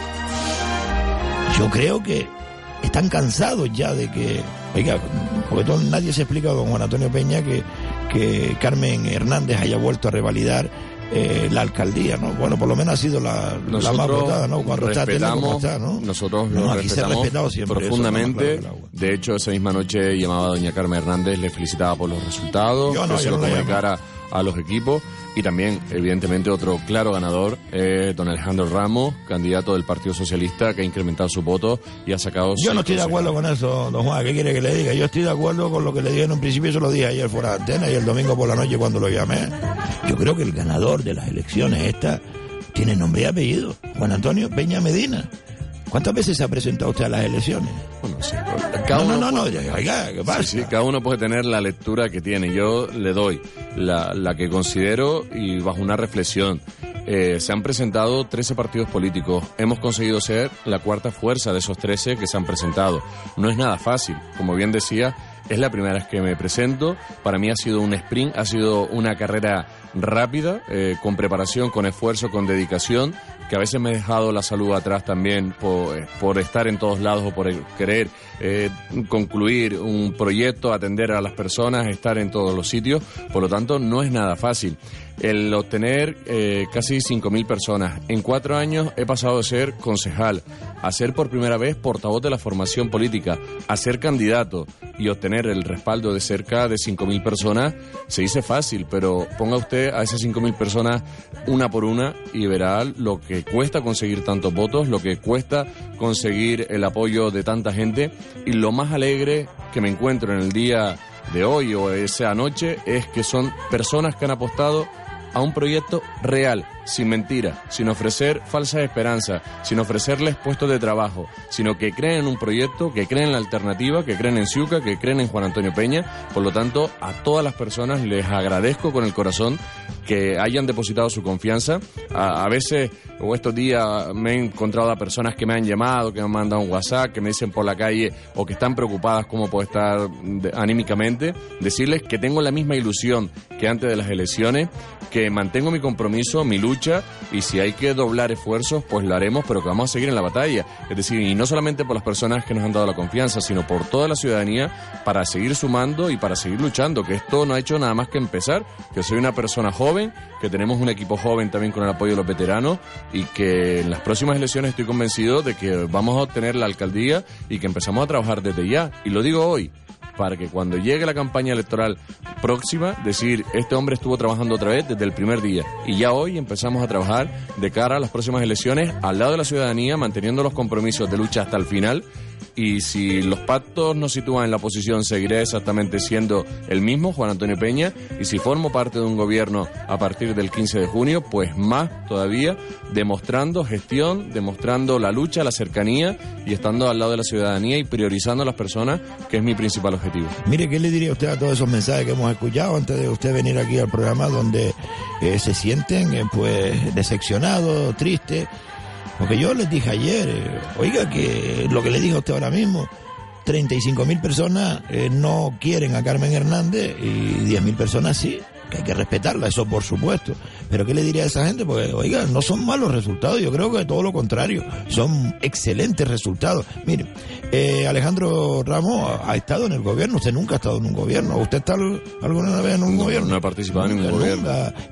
Speaker 5: yo creo que están cansados ya de que, oiga, porque todo, nadie se explica con Juan Antonio Peña que, que Carmen Hernández haya vuelto a revalidar eh, la alcaldía, ¿no? Bueno, por lo menos ha sido la, la más votada, ¿no? Cuando está, como está, ¿no?
Speaker 1: Nosotros
Speaker 5: no,
Speaker 1: lo
Speaker 5: aquí
Speaker 1: respetamos
Speaker 5: siempre,
Speaker 1: profundamente.
Speaker 5: Eso, no,
Speaker 1: de hecho, esa misma noche llamaba a doña Carmen Hernández, le felicitaba por los resultados,
Speaker 5: yo no,
Speaker 1: que se
Speaker 5: yo
Speaker 1: lo
Speaker 5: no
Speaker 1: comunicara a los equipos. Y también, evidentemente, otro claro ganador es don Alejandro Ramos, candidato del Partido Socialista, que ha incrementado su voto y ha sacado...
Speaker 5: Yo no estoy de acuerdo con eso, don Juan, ¿qué quiere que le diga? Yo estoy de acuerdo con lo que le dije en un principio, eso lo dije ayer fuera de antena y el domingo por la noche cuando lo llamé. Yo creo que el ganador de las elecciones esta tiene nombre y apellido, Juan Antonio Peña Medina. ¿Cuántas veces se ha presentado usted a las elecciones?
Speaker 1: Bueno, sí, cada
Speaker 5: no,
Speaker 1: uno
Speaker 5: no, no,
Speaker 1: puede,
Speaker 5: no, oiga, ¿qué pasa?
Speaker 1: Sí, sí, cada uno puede tener la lectura que tiene. Yo le doy la, la que considero y bajo una reflexión. Eh, se han presentado trece partidos políticos. Hemos conseguido ser la cuarta fuerza de esos trece que se han presentado. No es nada fácil. Como bien decía, es la primera vez que me presento. Para mí ha sido un sprint, ha sido una carrera rápida, eh, con preparación, con esfuerzo, con dedicación, que a veces me he dejado la salud atrás también por, por estar en todos lados o por querer eh, concluir un proyecto, atender a las personas, estar en todos los sitios. Por lo tanto, no es nada fácil. El obtener eh, casi cinco mil personas. En cuatro años he pasado de ser concejal a ser por primera vez portavoz de la formación política, a ser candidato y obtener el respaldo de cerca de cinco mil personas. Se dice fácil, pero ponga usted a esas cinco mil personas una por una y verá lo que cuesta conseguir tantos votos, lo que cuesta conseguir el apoyo de tanta gente. Y lo más alegre que me encuentro en el día de hoy o esa noche es que son personas que han apostado a un proyecto real, sin mentiras, sin ofrecer falsas esperanzas, sin ofrecerles puestos de trabajo, sino que creen en un proyecto, que creen en la alternativa, que creen en Ciuca, que creen en Juan Antonio Peña. Por lo tanto, a todas las personas les agradezco con el corazón que hayan depositado su confianza. A, a veces, o estos días, me he encontrado a personas que me han llamado, que me han mandado un WhatsApp, que me dicen por la calle o que están preocupadas cómo puedo estar de, anímicamente. Decirles que tengo la misma ilusión que antes de las elecciones, que mantengo mi compromiso, mi lucha, y si hay que doblar esfuerzos, pues lo haremos, pero que vamos a seguir en la batalla. Es decir, y no solamente por las personas que nos han dado la confianza, sino por toda la ciudadanía, para seguir sumando y para seguir luchando, que esto no ha hecho nada más que empezar, que soy una persona joven, que tenemos un equipo joven también con el apoyo de los veteranos, y que en las próximas elecciones estoy convencido de que vamos a obtener la alcaldía y que empezamos a trabajar desde ya. Y lo digo hoy, para que cuando llegue la campaña electoral próxima, decir, este hombre estuvo trabajando otra vez desde el primer día. Y ya hoy empezamos a trabajar de cara a las próximas elecciones al lado de la ciudadanía, manteniendo los compromisos de lucha hasta el final. Y si los pactos nos sitúan en la oposición, seguiré exactamente siendo el mismo, Juan Antonio Peña. Y si formo parte de un gobierno a partir del quince de junio, pues más todavía, demostrando gestión, demostrando la lucha, la cercanía y estando al lado de la ciudadanía y priorizando a las personas, que es mi principal objetivo.
Speaker 5: Mire, ¿qué le diría usted a todos esos mensajes que hemos escuchado antes de usted venir aquí al programa, donde eh, se sienten eh, pues decepcionados, tristes? Porque yo les dije ayer, eh, oiga, que lo que le dije a usted ahora mismo, treinta y cinco mil personas eh, no quieren a Carmen Hernández y diez mil personas sí, que hay que respetarla, eso por supuesto. Pero ¿qué le diría a esa gente? Porque, oiga, no son malos resultados, yo creo que todo lo contrario, son excelentes resultados. Mire, eh, Alejandro Ramos ha estado en el gobierno, usted nunca ha estado en un gobierno, ¿usted está alguna vez en un
Speaker 1: no,
Speaker 5: gobierno?
Speaker 1: No he participado en ningún gobierno.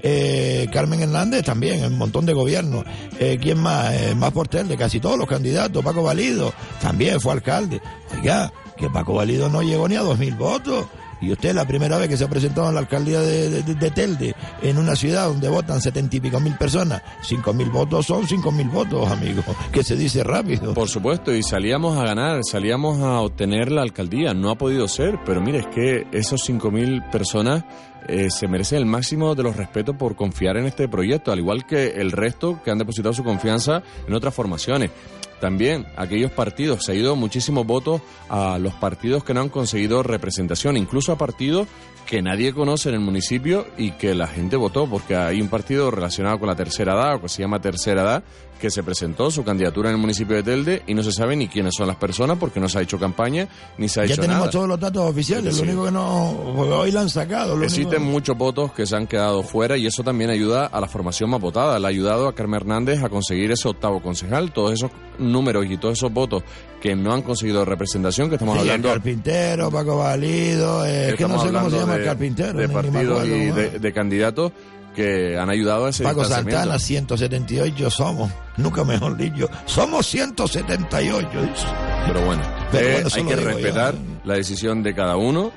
Speaker 5: Eh, Carmen Hernández también, en un montón de gobiernos. Eh, ¿Quién más? Eh, más Portel, de casi todos los candidatos. Paco Valido también fue alcalde. Oiga, que Paco Valido no llegó ni a dos mil votos. Y usted, la primera vez que se ha presentado en la alcaldía de, de, de Telde, en una ciudad donde votan setenta y pico mil personas, cinco mil votos son cinco mil votos, amigo, que se dice rápido.
Speaker 1: Por supuesto, y salíamos a ganar, salíamos a obtener la alcaldía. No ha podido ser, pero mire, es que esos cinco mil personas eh, se merecen el máximo de los respetos por confiar en este proyecto, al igual que el resto que han depositado su confianza en otras formaciones. También aquellos partidos, se ha ido muchísimos votos a los partidos que no han conseguido representación, incluso a partidos que nadie conoce en el municipio y que la gente votó, porque hay un partido relacionado con la tercera edad, o que se llama Tercera Edad, que se presentó su candidatura en el municipio de Telde y no se sabe ni quiénes son las personas porque no se ha hecho campaña ni se ha
Speaker 5: ya
Speaker 1: hecho
Speaker 5: tenemos
Speaker 1: nada.
Speaker 5: todos los datos oficiales,
Speaker 1: Sí.
Speaker 5: lo único que no... Porque hoy la han sacado. Lo
Speaker 1: Existen
Speaker 5: único...
Speaker 1: muchos votos que se han quedado fuera y eso también ayuda a la formación más votada. Le ha ayudado a Carmen Hernández a conseguir ese octavo concejal. Todos esos números y todos esos votos que no han conseguido representación, que estamos
Speaker 5: Sí,
Speaker 1: hablando...
Speaker 5: el carpintero, Paco Valido, eh, es que no sé cómo se llama
Speaker 1: de,
Speaker 5: el carpintero.
Speaker 1: De
Speaker 5: ni- ni me
Speaker 1: partidos
Speaker 5: acuerdo,
Speaker 1: y
Speaker 5: ¿no?
Speaker 1: de, de candidatos que han ayudado a ese
Speaker 5: Paco
Speaker 1: distanciamiento.
Speaker 5: Santana, ciento setenta y ocho somos, nunca mejor dicho, somos ciento setenta y ocho. dice.
Speaker 1: Pero bueno,
Speaker 5: Pero
Speaker 1: eh,
Speaker 5: bueno, eso
Speaker 1: hay
Speaker 5: lo
Speaker 1: que
Speaker 5: digo
Speaker 1: respetar
Speaker 5: yo.
Speaker 1: la decisión de cada uno,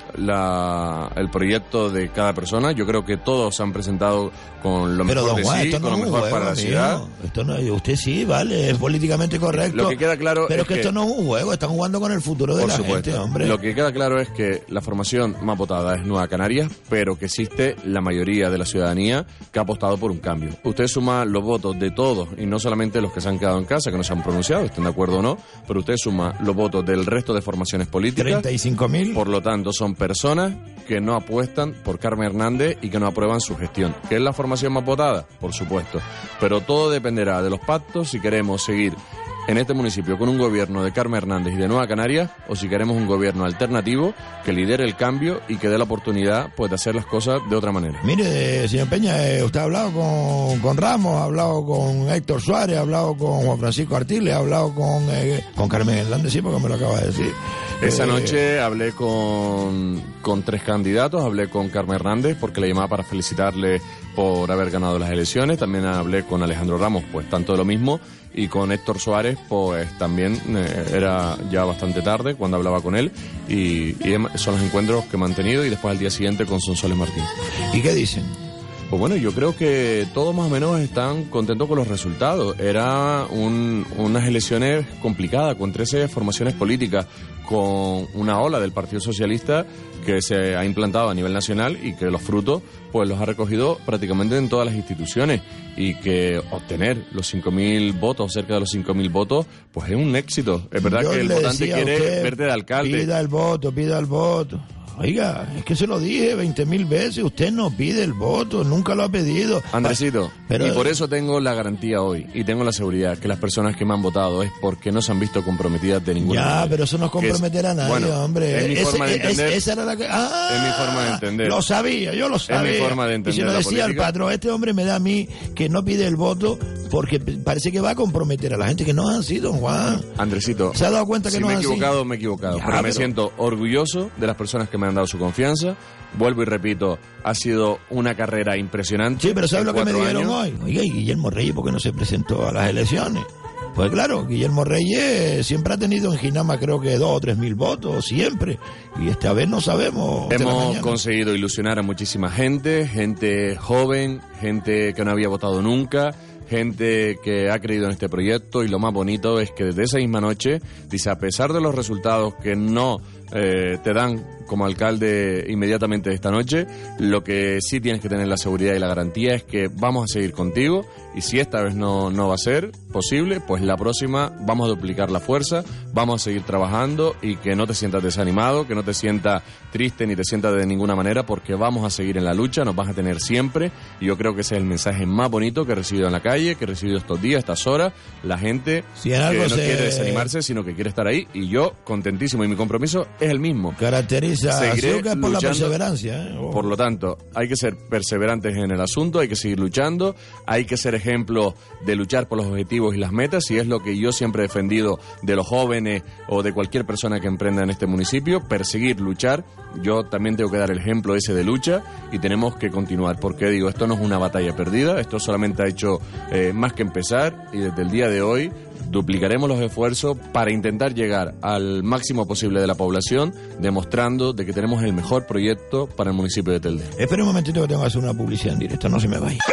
Speaker 1: la, el proyecto de cada persona. Yo creo que todos se han presentado con lo
Speaker 5: Pero
Speaker 1: mejor
Speaker 5: don
Speaker 1: de
Speaker 5: Juan,
Speaker 1: sí,
Speaker 5: esto
Speaker 1: con
Speaker 5: no
Speaker 1: lo
Speaker 5: es un
Speaker 1: mejor
Speaker 5: juego,
Speaker 1: para la
Speaker 5: amigo.
Speaker 1: ciudad.
Speaker 5: Esto no, usted sí, vale, es políticamente correcto.
Speaker 1: Lo que queda claro
Speaker 5: pero
Speaker 1: es
Speaker 5: que,
Speaker 1: que-
Speaker 5: esto no es un juego, están jugando con el futuro de
Speaker 1: Por
Speaker 5: la
Speaker 1: supuesto.
Speaker 5: gente, hombre.
Speaker 1: Lo que queda claro es que la formación más votada es Nueva Canarias, pero que existe la mayoría de la ciudadanía que ha apostado por un cambio. Usted suma los votos de todos y no solamente los que se han quedado en casa, que no se han pronunciado, estén de acuerdo o no, pero usted suma los votos del resto de formaciones políticas.
Speaker 5: treinta y cinco mil.
Speaker 1: Por lo tanto, son personas que no apuestan por Carmen Hernández y que no aprueban su gestión. ¿Qué es la formación más votada? Por supuesto. Pero todo dependerá de los pactos si queremos seguir en este municipio con un gobierno de Carmen Hernández y de Nueva Canarias o si queremos un gobierno alternativo que lidere el cambio y que dé la oportunidad pues de hacer las cosas de otra manera.
Speaker 5: Mire, señor Peña, eh, usted ha hablado con, con Ramos, ha hablado con Héctor Suárez, ha hablado con Juan Francisco Artiles, ha hablado con, eh, con Carmen Hernández, sí, porque me lo acaba de decir.
Speaker 1: Esa
Speaker 5: Eh,
Speaker 1: noche hablé con, con tres candidatos, hablé con Carmen Hernández porque le llamaba para felicitarle por haber ganado las elecciones, también hablé con Alejandro Ramos, pues tanto de lo mismo, y con Héctor Suárez, pues también eh, era ya bastante tarde cuando hablaba con él, y, y son los encuentros que he mantenido, y después al día siguiente con Sonsoles Martín.
Speaker 5: ¿Y qué dicen?
Speaker 1: Pues bueno, yo creo que todos más o menos están contentos con los resultados. Era un, unas elecciones complicadas, con trece formaciones políticas, con una ola del Partido Socialista que se ha implantado a nivel nacional y que los frutos pues los ha recogido prácticamente en todas las instituciones, y que obtener los cinco mil votos, cerca de los cinco mil votos, pues es un éxito. Es verdad
Speaker 5: Yo
Speaker 1: que el
Speaker 5: le
Speaker 1: votante
Speaker 5: decía a
Speaker 1: quiere
Speaker 5: usted,
Speaker 1: verte de alcalde.
Speaker 5: Pida el voto, pida el voto. Oiga, es que se lo dije veinte mil veces, usted no pide el voto, nunca lo ha pedido.
Speaker 1: Andresito,
Speaker 5: Pero-
Speaker 1: y por eso tengo la garantía hoy y tengo la seguridad que las personas que me han votado es porque no se han visto comprometidas de ninguna
Speaker 5: Ya,
Speaker 1: manera.
Speaker 5: pero eso no es
Speaker 1: Que es-
Speaker 5: comprometer a nadie,
Speaker 1: bueno,
Speaker 5: hombre.
Speaker 1: Es mi
Speaker 5: Ese-
Speaker 1: forma de
Speaker 5: es-
Speaker 1: entender.
Speaker 5: esa era la que... ¡Ah!
Speaker 1: Es mi forma de entender.
Speaker 5: Lo sabía, yo lo
Speaker 1: Es mi
Speaker 5: sabía.
Speaker 1: forma de
Speaker 5: y
Speaker 1: entender
Speaker 5: se lo
Speaker 1: la
Speaker 5: decía al
Speaker 1: política.
Speaker 5: patrón, este hombre me da a mí que no pide el voto porque parece que va a comprometer a la gente, que no han sido, Juan.
Speaker 1: Andresito,
Speaker 5: ¿Se ha dado cuenta que
Speaker 1: si
Speaker 5: no
Speaker 1: me he
Speaker 5: es así?
Speaker 1: equivocado, me he equivocado.
Speaker 5: Ya,
Speaker 1: pero me
Speaker 5: pero-
Speaker 1: siento orgulloso de las personas que me han dado su confianza. Vuelvo y repito, ha sido una carrera impresionante.
Speaker 5: Sí, pero ¿sabes
Speaker 1: en
Speaker 5: lo que me
Speaker 1: cuatro
Speaker 5: dijeron
Speaker 1: años.
Speaker 5: hoy? Oiga, ¿y Guillermo Reyes por qué no se presentó a las elecciones? Pues claro, Guillermo Reyes siempre ha tenido en Ginama creo que dos o tres mil votos, siempre. Y esta vez no sabemos. de la
Speaker 1: Hemos
Speaker 5: mañana.
Speaker 1: conseguido ilusionar a muchísima gente, gente joven, gente que no había votado nunca, gente que ha creído en este proyecto, y lo más bonito es que desde esa misma noche, dice, a pesar de los resultados que no eh, te dan como alcalde inmediatamente esta noche, lo que sí tienes que tener la seguridad y la garantía es que vamos a seguir contigo, y si esta vez no, no va a ser posible, pues la próxima vamos a duplicar la fuerza, vamos a seguir trabajando, y que no te sientas desanimado, que no te sientas triste ni te sientas de ninguna manera, porque vamos a seguir en la lucha, nos vas a tener siempre, y yo creo que ese es el mensaje más bonito que he recibido en la calle, que he recibido estos días, estas horas, la gente
Speaker 5: Si en
Speaker 1: que
Speaker 5: algo
Speaker 1: no
Speaker 5: se-
Speaker 1: quiere desanimarse, sino que quiere estar ahí, y yo contentísimo, y mi compromiso es el mismo.
Speaker 5: Caracteriza
Speaker 1: Seguiré
Speaker 5: Azúcar por la
Speaker 1: luchando.
Speaker 5: perseverancia. ¿eh? Oh.
Speaker 1: Por lo tanto, hay que ser perseverantes en el asunto, hay que seguir luchando, hay que ser ejemplo de luchar por los objetivos y las metas, y es lo que yo siempre he defendido de los jóvenes o de cualquier persona que emprenda en este municipio, perseguir, luchar. Yo también tengo que dar el ejemplo ese de lucha, y tenemos que continuar, porque digo, esto no es una batalla perdida, esto solamente ha hecho eh, más que empezar, y desde el día de hoy duplicaremos los esfuerzos para intentar llegar al máximo posible de la población, demostrando de que tenemos el mejor proyecto para el municipio de Telde.
Speaker 5: Espera un momentito que tengo que hacer una publicidad en directo, no se me vaya.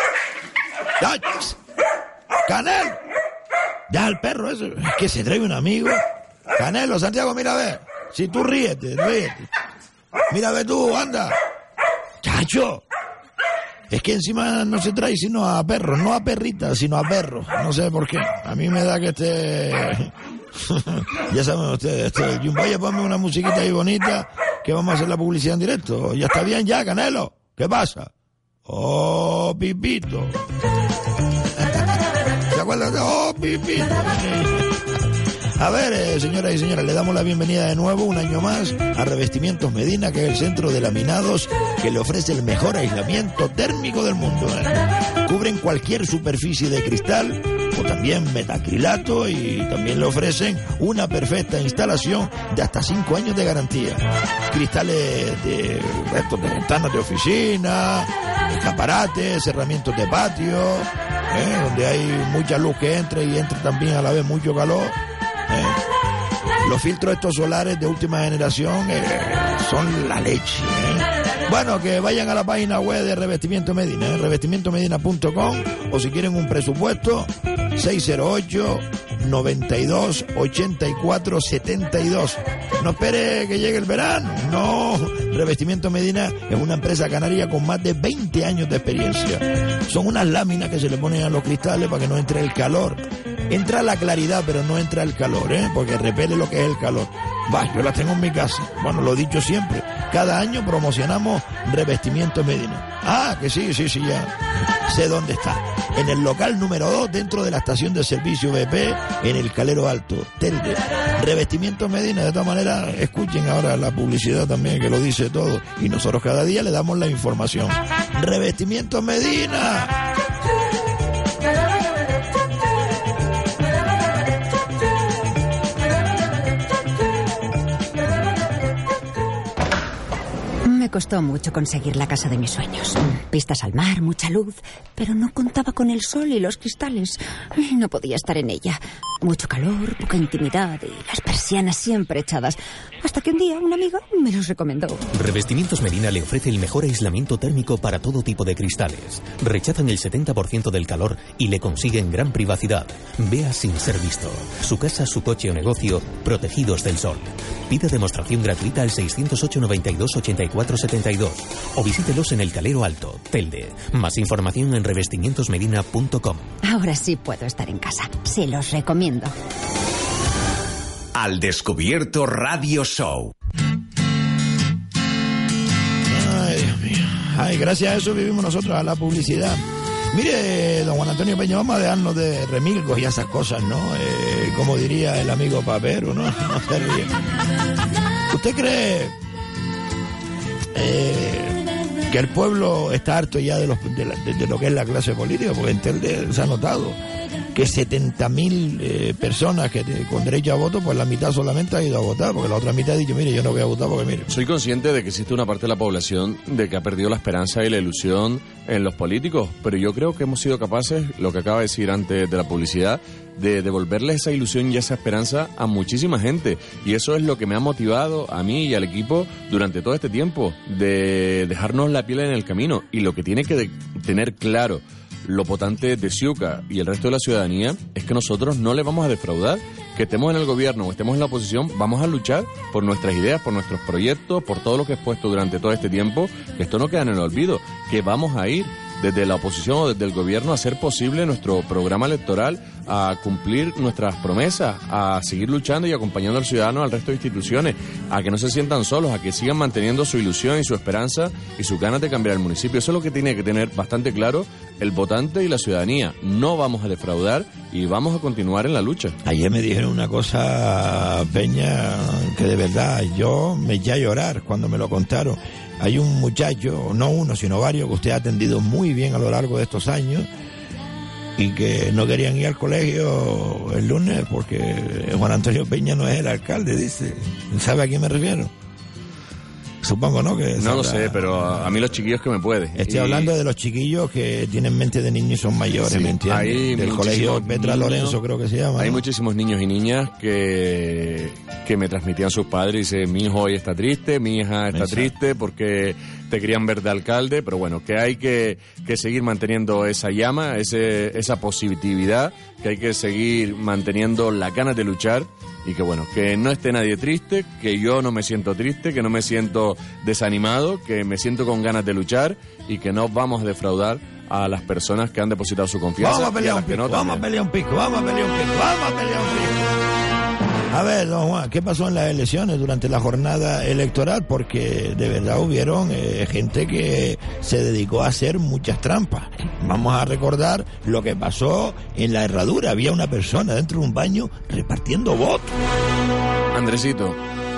Speaker 5: ¡Ay! ¡Canel! Ya el perro ese, es que se trae un amigo. Canelo, Santiago, mira a ver. Si tú ríete, ríete. Mira a ver tú, anda. ¡Chacho! Es que encima no se trae sino a perros, no a perritas, sino a perros. No sé por qué. A mí me da que este... ya saben ustedes, este... Vaya, ponme una musiquita ahí bonita, que vamos a hacer la publicidad en directo. Ya está bien ya, Canelo. ¿Qué pasa? Oh, Pipito. ¿se acuerdan? ¡Oh, pipí! A ver, eh, señoras y señores, le damos la bienvenida de nuevo un año más a Revestimientos Medina, que es el centro de laminados que le ofrece el mejor aislamiento térmico del mundo. ¿eh? Cubren cualquier superficie de cristal o también metacrilato y también le ofrecen una perfecta instalación de hasta cinco años de garantía. Cristales de restos de ventanas de oficina, escaparates, cerramientos de patio, ¿eh? donde hay mucha luz que entre y entre también a la vez mucho calor. Eh, los filtros estos solares de última generación eh, son la leche. Eh. Bueno, que vayan a la página web de Revestimiento Medina, eh, revestimiento medina punto com, o si quieren un presupuesto, seis cero ocho, noventa y dos, ochenta y cuatro, setenta y dos. No espere que llegue el verano, no. Revestimiento Medina es una empresa canaria con más de veinte años de experiencia. Son unas láminas que se le ponen a los cristales para que no entre el calor. Entra la claridad, pero no entra el calor, ¿eh? Porque repele lo que es el calor. Va, yo las tengo en mi casa. Bueno, lo he dicho siempre. Cada año promocionamos Revestimiento Medina. Ah, que sí, sí, sí, ya sé dónde está. En el local número dos, dentro de la estación de servicio B P, en el Calero Alto, Telde. Revestimiento Medina, de todas maneras, escuchen ahora la publicidad también, que lo dice todo. Y nosotros cada día le damos la información. Revestimiento Medina.
Speaker 4: Me costó mucho conseguir la casa de mis sueños. Vistas al mar, mucha luz, pero no contaba con el sol y los cristales. No podía estar en ella. Mucho calor, poca intimidad y las persianas siempre echadas. Hasta que un día una amiga me los recomendó.
Speaker 15: Revestimientos Medina le ofrece el mejor aislamiento térmico para todo tipo de cristales. Rechazan el setenta por ciento del calor y le consiguen gran privacidad. Vea sin ser visto. Su casa, su coche o negocio protegidos del sol. Pida demostración gratuita al seiscientos ocho, noventa y dos, ochenta y cuatro, setenta y dos o visítelos en el Calero Alto, Telde. Más información en revestimientos medina punto com.
Speaker 4: Ahora sí puedo estar en casa. Se los recomiendo.
Speaker 2: Al Descubierto Radio Show.
Speaker 5: Ay, Dios mío. Ay, gracias a eso vivimos nosotros, a la publicidad. Mire, don Juan Antonio Peña, vamos a dejarnos de remilgos y esas cosas, ¿no? Eh, como diría el amigo Papero, ¿no? No se ríe. ¿Usted cree eh, que el pueblo está harto ya de, los, de, la, de, de lo que es la clase política? Porque en Telde se ha notado que setenta mil eh, personas que te, con derecho a voto, pues la mitad solamente ha ido a votar, porque la otra mitad ha dicho, mire, yo no voy a votar porque mire.
Speaker 1: Soy consciente de que existe una parte de la población de que ha perdido la esperanza y la ilusión en los políticos, pero yo creo que hemos sido capaces, lo que acaba de decir antes de la publicidad, de devolverle esa ilusión y esa esperanza a muchísima gente, y eso es lo que me ha motivado a mí y al equipo durante todo este tiempo, de dejarnos la piel en el camino, y lo que tiene que de- tener claro lo potente de Ciuca y el resto de la ciudadanía es que nosotros no le vamos a defraudar. Que estemos en el gobierno o estemos en la oposición, vamos a luchar por nuestras ideas, por nuestros proyectos, por todo lo que he expuesto durante todo este tiempo, que esto no queda en el olvido, que vamos a ir desde la oposición o desde el gobierno a hacer posible nuestro programa electoral, a cumplir nuestras promesas, a seguir luchando y acompañando al ciudadano, al resto de instituciones, a que no se sientan solos, a que sigan manteniendo su ilusión y su esperanza y sus ganas de cambiar el municipio. Eso es lo que tiene que tener bastante claro el votante y la ciudadanía. No vamos a defraudar y vamos a continuar en la lucha.
Speaker 5: Ayer me dijeron una cosa, Peña, que de verdad yo me eché a llorar cuando me lo contaron. Hay un muchacho, no uno, sino varios, que usted ha atendido muy bien a lo largo de estos años y que no querían ir al colegio el lunes porque Juan Antonio Peña no es el alcalde, dice. ¿Sabe a quién me refiero? Supongo, ¿no? Que
Speaker 1: no lo sé, pero a, a mí los chiquillos que me puede.
Speaker 5: Estoy y... hablando de los chiquillos que tienen mente de niños y son mayores, sí, ¿me entiendes?
Speaker 1: Hay
Speaker 5: del colegio Petra niños, Lorenzo, creo que se llama.
Speaker 1: Hay
Speaker 5: ¿no?
Speaker 1: muchísimos niños y niñas que, que me transmitían sus padres y dicen, mi hijo hoy está triste, mi hija está Exacto. triste porque te querían ver de alcalde, pero bueno, que hay que, que seguir manteniendo esa llama, ese, esa positividad, que hay que seguir manteniendo las ganas de luchar. Y que bueno, que no esté nadie triste, que yo no me siento triste, que no me siento desanimado, que me siento con ganas de luchar y que no vamos a defraudar a las personas que han depositado su confianza.
Speaker 5: Vamos a pelear
Speaker 1: y a
Speaker 5: un pico, no vamos a pelear un pico, vamos a pelear un pico, vamos a pelear un pico. A ver, don Juan, ¿qué pasó en las elecciones durante la jornada electoral? Porque de verdad hubieron eh, gente que se dedicó a hacer muchas trampas. Vamos a recordar lo que pasó en la Herradura. Había una persona dentro de un baño repartiendo votos.
Speaker 1: Andresito,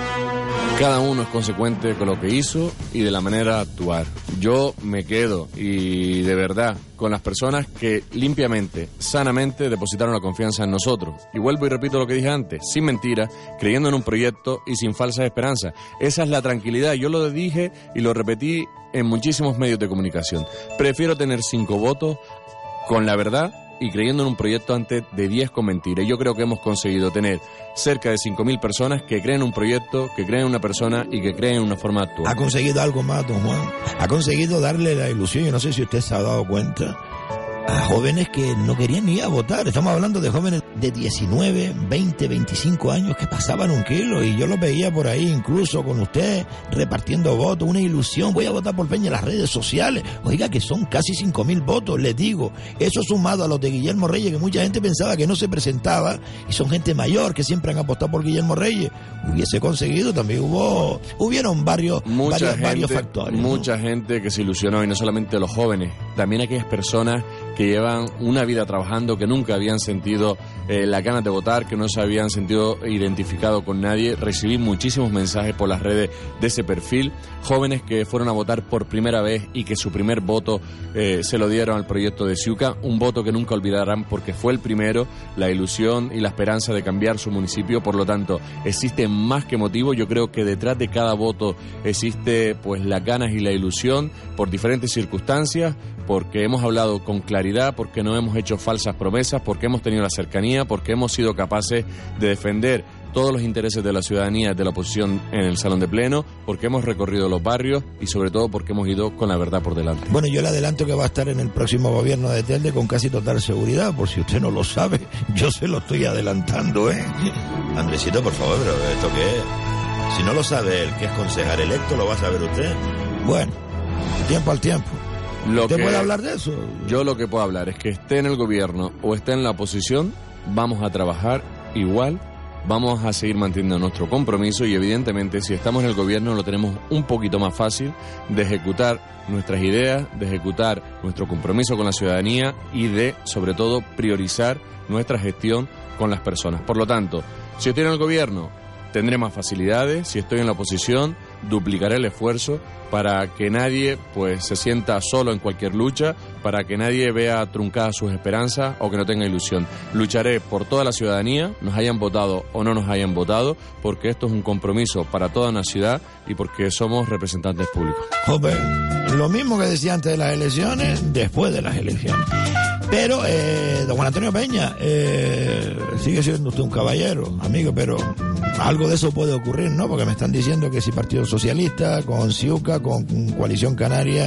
Speaker 1: cada uno es consecuente con lo que hizo y de la manera de actuar. Yo me quedo, y de verdad, con las personas que limpiamente, sanamente depositaron la confianza en nosotros. Y vuelvo y repito lo que dije antes, sin mentiras, creyendo en un proyecto y sin falsas esperanzas. Esa es la tranquilidad. Yo lo dije y lo repetí en muchísimos medios de comunicación. Prefiero tener cinco votos con la verdad y creyendo en un proyecto antes de diez con mentiras. Yo creo que hemos conseguido tener cerca de cinco mil personas que creen en un proyecto, que creen en una persona y que creen en una forma de actuar.
Speaker 5: Ha conseguido algo más, don Juan. Ha conseguido darle la ilusión, yo no sé si usted se ha dado cuenta, a jóvenes que no querían ni ir a votar. Estamos hablando de jóvenes de diecinueve, veinte, veinticinco años que pasaban un kilo, y yo los veía por ahí incluso con usted repartiendo votos, una ilusión, voy a votar por Peña en las redes sociales. Oiga, que son casi cinco mil votos, les digo. Eso sumado a los de Guillermo Reyes, que mucha gente pensaba que no se presentaba, y son gente mayor que siempre han apostado por Guillermo Reyes, hubiese conseguido. También hubo, hubieron varios,
Speaker 1: mucha
Speaker 5: varios,
Speaker 1: gente,
Speaker 5: varios factores.
Speaker 1: Mucha ¿no? gente que se ilusionó, y no solamente los jóvenes, también aquellas personas que llevan una vida trabajando, que nunca habían sentido eh, la ganas de votar, que no se habían sentido identificado con nadie. Recibí muchísimos mensajes por las redes de ese perfil, jóvenes que fueron a votar por primera vez y que su primer voto eh, se lo dieron al proyecto de Ciuca, un voto que nunca olvidarán porque fue el primero, la ilusión y la esperanza de cambiar su municipio. Por lo tanto, existe más que motivo. Yo creo que detrás de cada voto existe pues las ganas y la ilusión por diferentes circunstancias, porque hemos hablado con claridad, porque no hemos hecho falsas promesas, porque hemos tenido la cercanía, porque hemos sido capaces de defender todos los intereses de la ciudadanía y de la oposición en el salón de pleno, porque hemos recorrido los barrios y sobre todo porque hemos ido con la verdad por delante.
Speaker 5: Bueno, yo le adelanto que va a estar en el próximo gobierno de Telde con casi total seguridad, por si usted no lo sabe, yo se lo estoy adelantando, ¿eh? Andresito, por favor, pero ¿esto qué es? Si no lo sabe él, que es concejal electo, ¿lo va a saber usted? Bueno, tiempo al tiempo.
Speaker 1: Lo
Speaker 5: ¿Usted
Speaker 1: que,
Speaker 5: puede hablar de eso?
Speaker 1: Yo lo que puedo hablar es que esté en el gobierno o esté en la oposición, vamos a trabajar igual, vamos a seguir manteniendo nuestro compromiso, y evidentemente si estamos en el gobierno lo tenemos un poquito más fácil de ejecutar nuestras ideas, de ejecutar nuestro compromiso con la ciudadanía y de, sobre todo, priorizar nuestra gestión con las personas. Por lo tanto, si estoy en el gobierno, tendré más facilidades. Si estoy en la oposición, duplicaré el esfuerzo para que nadie pues se sienta solo en cualquier lucha, para que nadie vea truncadas sus esperanzas o que no tenga ilusión. Lucharé por toda la ciudadanía, nos hayan votado o no nos hayan votado, porque esto es un compromiso para toda una ciudad y porque somos representantes públicos.
Speaker 5: Joder, lo mismo que decía antes de las elecciones, después de las elecciones. Pero, eh, don Juan Antonio Peña, eh, sigue siendo usted un caballero, amigo, pero algo de eso puede ocurrir, ¿no? Porque me están diciendo que si Partido Socialista, con Ciuca, con Coalición Canaria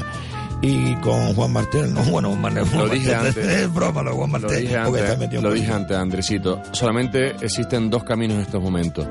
Speaker 5: y con Juan Martel, no, bueno, Juan Martel,
Speaker 1: lo dije antes,
Speaker 5: es broma lo de Juan Martel.
Speaker 1: Lo dije antes, lo dije antes, Andresito. Solamente existen dos caminos en estos momentos.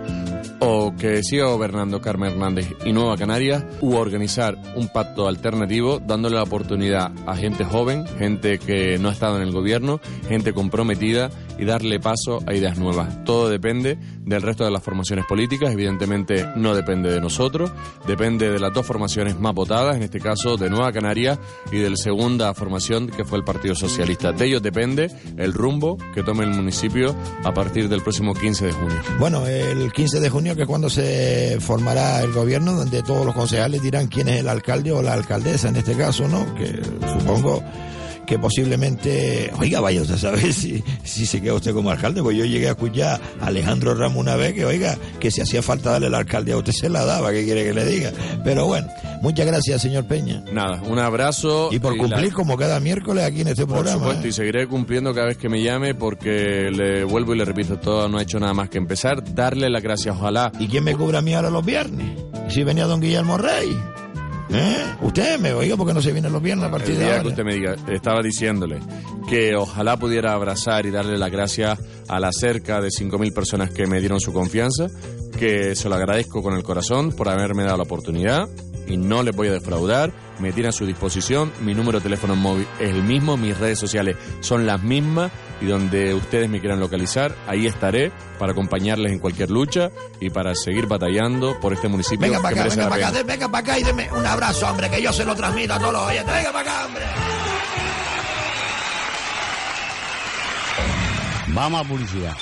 Speaker 1: O que siga gobernando Carmen Hernández y Nueva Canarias, u organizar un pacto alternativo dándole la oportunidad a gente joven, gente que no ha estado en el gobierno, gente comprometida, y darle paso a ideas nuevas. Todo depende del resto de las formaciones políticas, evidentemente no depende de nosotros, depende de las dos formaciones más votadas, en este caso de Nueva Canarias y de la segunda formación que fue el Partido Socialista. De ellos depende el rumbo que tome el municipio a partir del próximo quince de junio.
Speaker 5: Bueno, el quince de junio, que es cuando se formará el gobierno, donde todos los concejales dirán quién es el alcalde o la alcaldesa en este caso, ¿no? Que supongo que posiblemente, oiga, vaya usted a saber si, si se queda usted como alcalde, pues yo llegué a escuchar a Alejandro Ramos una vez que, oiga, que si hacía falta darle la alcaldía a usted se la daba, ¿qué quiere que le diga? Pero bueno, muchas gracias, señor Peña.
Speaker 1: Nada, un abrazo.
Speaker 5: Y por y cumplir la... como cada miércoles aquí en este
Speaker 1: por
Speaker 5: programa.
Speaker 1: Por supuesto, ¿eh? Y seguiré cumpliendo cada vez que me llame, porque le vuelvo y le repito, todo no ha hecho nada más que empezar, darle las gracias, ojalá.
Speaker 5: ¿Y quién me cubre a mí ahora los viernes? Si venía don Guillermo Rey. ¿Eh? Usted me oiga porque no se vienen los viernes a partir
Speaker 1: el
Speaker 5: de
Speaker 1: día
Speaker 5: ahora.
Speaker 1: Que usted me diga, estaba diciéndole que ojalá pudiera abrazar y darle las gracias a las cerca de cinco mil personas que me dieron su confianza, que se lo agradezco con el corazón por haberme dado la oportunidad y no les voy a defraudar, me tiene a su disposición. Mi número de teléfono móvil es el mismo, mis redes sociales son las mismas, y donde ustedes me quieran localizar, ahí estaré para acompañarles en cualquier lucha y para seguir batallando por este municipio.
Speaker 5: Venga para acá, venga
Speaker 1: para
Speaker 5: acá, venga para acá y deme un abrazo, hombre, que yo se lo transmito a todos los oyentes. Venga para acá, hombre.
Speaker 8: Vamos a publicidad.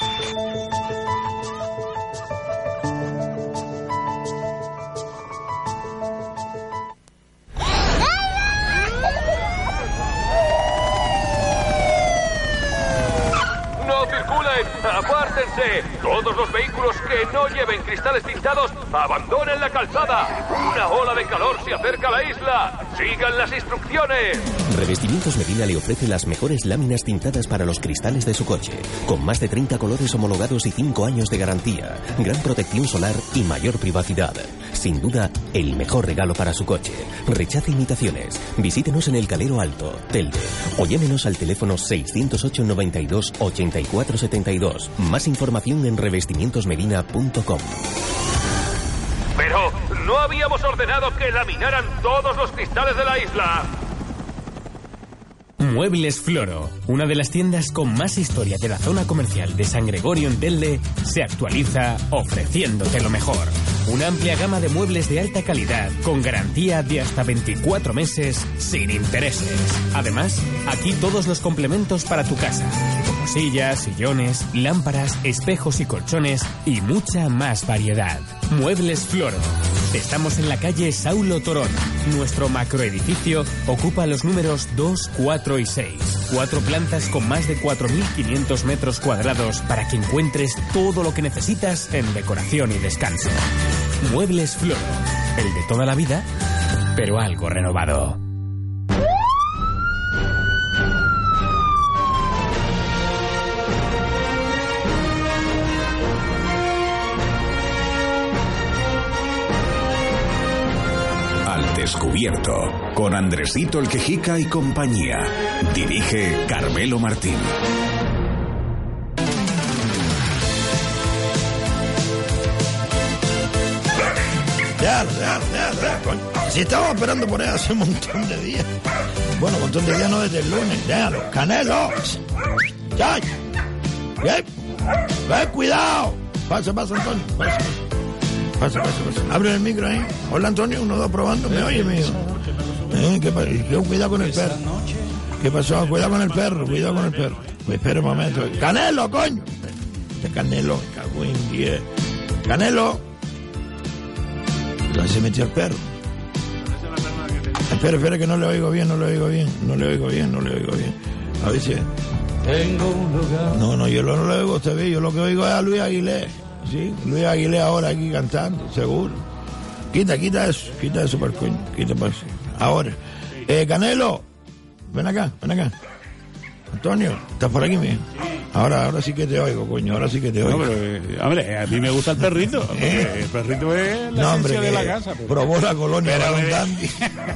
Speaker 14: ¡No circulen! ¡Apártense! Todos los vehículos que no lleven cristales tintados, abandonen la calzada. Una ola de calor se acerca a la isla. ¡Sigan las instrucciones!
Speaker 15: Revestimientos Medina le ofrece las mejores láminas tintadas para los cristales de su coche, con más de treinta colores homologados y cinco años de garantía, gran protección solar y mayor privacidad. Sin duda, el mejor regalo para su coche. Rechace imitaciones. Visítenos en el Calero Alto, Telde, o llámenos al teléfono seiscientos ocho noventa y dos ochenta y cuatro setenta y dos. Más información en revestimientos medina punto com.
Speaker 14: Pero no habíamos ordenado que laminaran todos los cristales de la isla.
Speaker 16: Muebles Floro, una de las tiendas con más historia de la zona comercial de San Gregorio en Telde, se actualiza ofreciéndote lo mejor. Una amplia gama de muebles de alta calidad con garantía de hasta veinticuatro meses sin intereses. Además, aquí todos los complementos para tu casa, como sillas, sillones, lámparas, espejos y colchones y mucha más variedad. Muebles Floro. Estamos en la calle Saulo Torón. Nuestro macroedificio ocupa los números dos, cuatro y seis. Cuatro plantas con más de cuatro mil quinientos metros cuadrados para que encuentres todo lo que necesitas en decoración y descanso. Muebles Floro. El de toda la vida, pero algo renovado.
Speaker 2: Descubierto, con Andresito el Quejica y compañía. Dirige Carmelo Martín.
Speaker 5: Ya, ya, ya, ya, coño. Si estamos esperando por ahí hace un montón de días. Bueno, un montón de días no desde el lunes. Déjalo. Canelo. Ya. Ya. Ya. Cuidado. Pasa, pasa, Antonio. Pasa. Pasa, pasa, pasa. Abre el micro ahí. Hola, Antonio, uno, dos, probando. ¿Me oye, mío? ¿Eh? ¿Qué pasa? Cuidado con el perro. ¿Qué pasó? Cuidado con el perro, cuidado con el perro. Pues espera un momento. ¡Canelo, coño! Este Canelo, cago en diez. ¡Canelo! ¿Dónde se metió el perro? Espera, espera, que no le oigo bien, no le oigo bien. No le oigo bien, no le oigo bien. A ver si... Tengo un lugar. No, no, yo no lo oigo a usted, yo lo que oigo es a Luis Aguilé. Sí, Luis Aguilé ahora aquí cantando, seguro. Quita, quita eso, quita eso, por coño, quita por eso. Ahora, eh, Canelo, ven acá, ven acá. Antonio, ¿estás por aquí, mío? Ahora, ahora sí que te oigo, coño, ahora sí que te oigo.
Speaker 8: No, pero, eh, hombre, a mí me gusta el perrito, porque ¿Eh? el perrito es la
Speaker 5: no, hombre,
Speaker 8: esencia de la casa. Pero...
Speaker 5: probó la colonia Barón Dandy.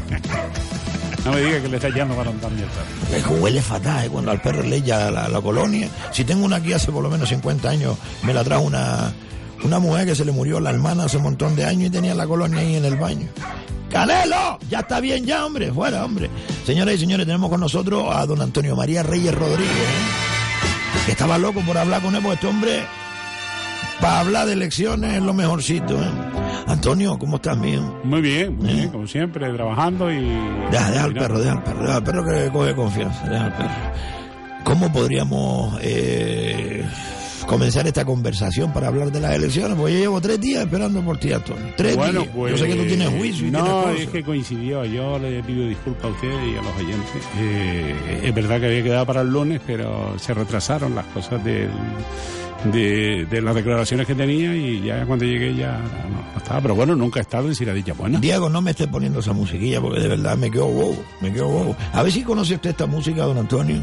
Speaker 8: No me diga que le está echando Barón Dandy al perro.
Speaker 5: Es que huele fatal, ¿eh? Cuando al perro le echa la, la colonia. Si tengo una aquí hace por lo menos cincuenta años, me la trajo una... Una mujer que se le murió la hermana hace un montón de años y tenía la colonia ahí en el baño. ¡Canelo! Ya está bien ya, hombre. Fuera, hombre. Señoras y señores, tenemos con nosotros a don Antonio María Reyes Rodríguez, ¿eh? Que estaba loco por hablar con él, porque este hombre, para hablar de elecciones, es lo mejorcito, ¿eh? Antonio, ¿cómo estás, mío?
Speaker 8: Muy bien, muy ¿Eh? bien, como siempre, trabajando y...
Speaker 5: Deja, deja al perro, deja al perro, deja al perro que coge confianza, deja al perro. ¿Cómo podríamos... Eh... comenzar esta conversación para hablar de las elecciones? Porque yo llevo tres días esperando por ti, Antonio. Tres
Speaker 8: bueno,
Speaker 5: días.
Speaker 8: Pues,
Speaker 5: yo sé que tú tienes juicio y
Speaker 8: no,
Speaker 5: tienes cosas.
Speaker 8: Es que coincidió. Yo le pido disculpas a usted y a los oyentes. Eh, es verdad que había quedado para el lunes, pero se retrasaron las cosas del, de, de las declaraciones que tenía y ya cuando llegué ya no, no estaba. Pero bueno, nunca he estado en Ciradilla Buena.
Speaker 5: Diego, no me estés poniendo esa musiquilla porque de verdad me quedo bobo. Me quedo bobo. A ver si conoce usted esta música, don Antonio.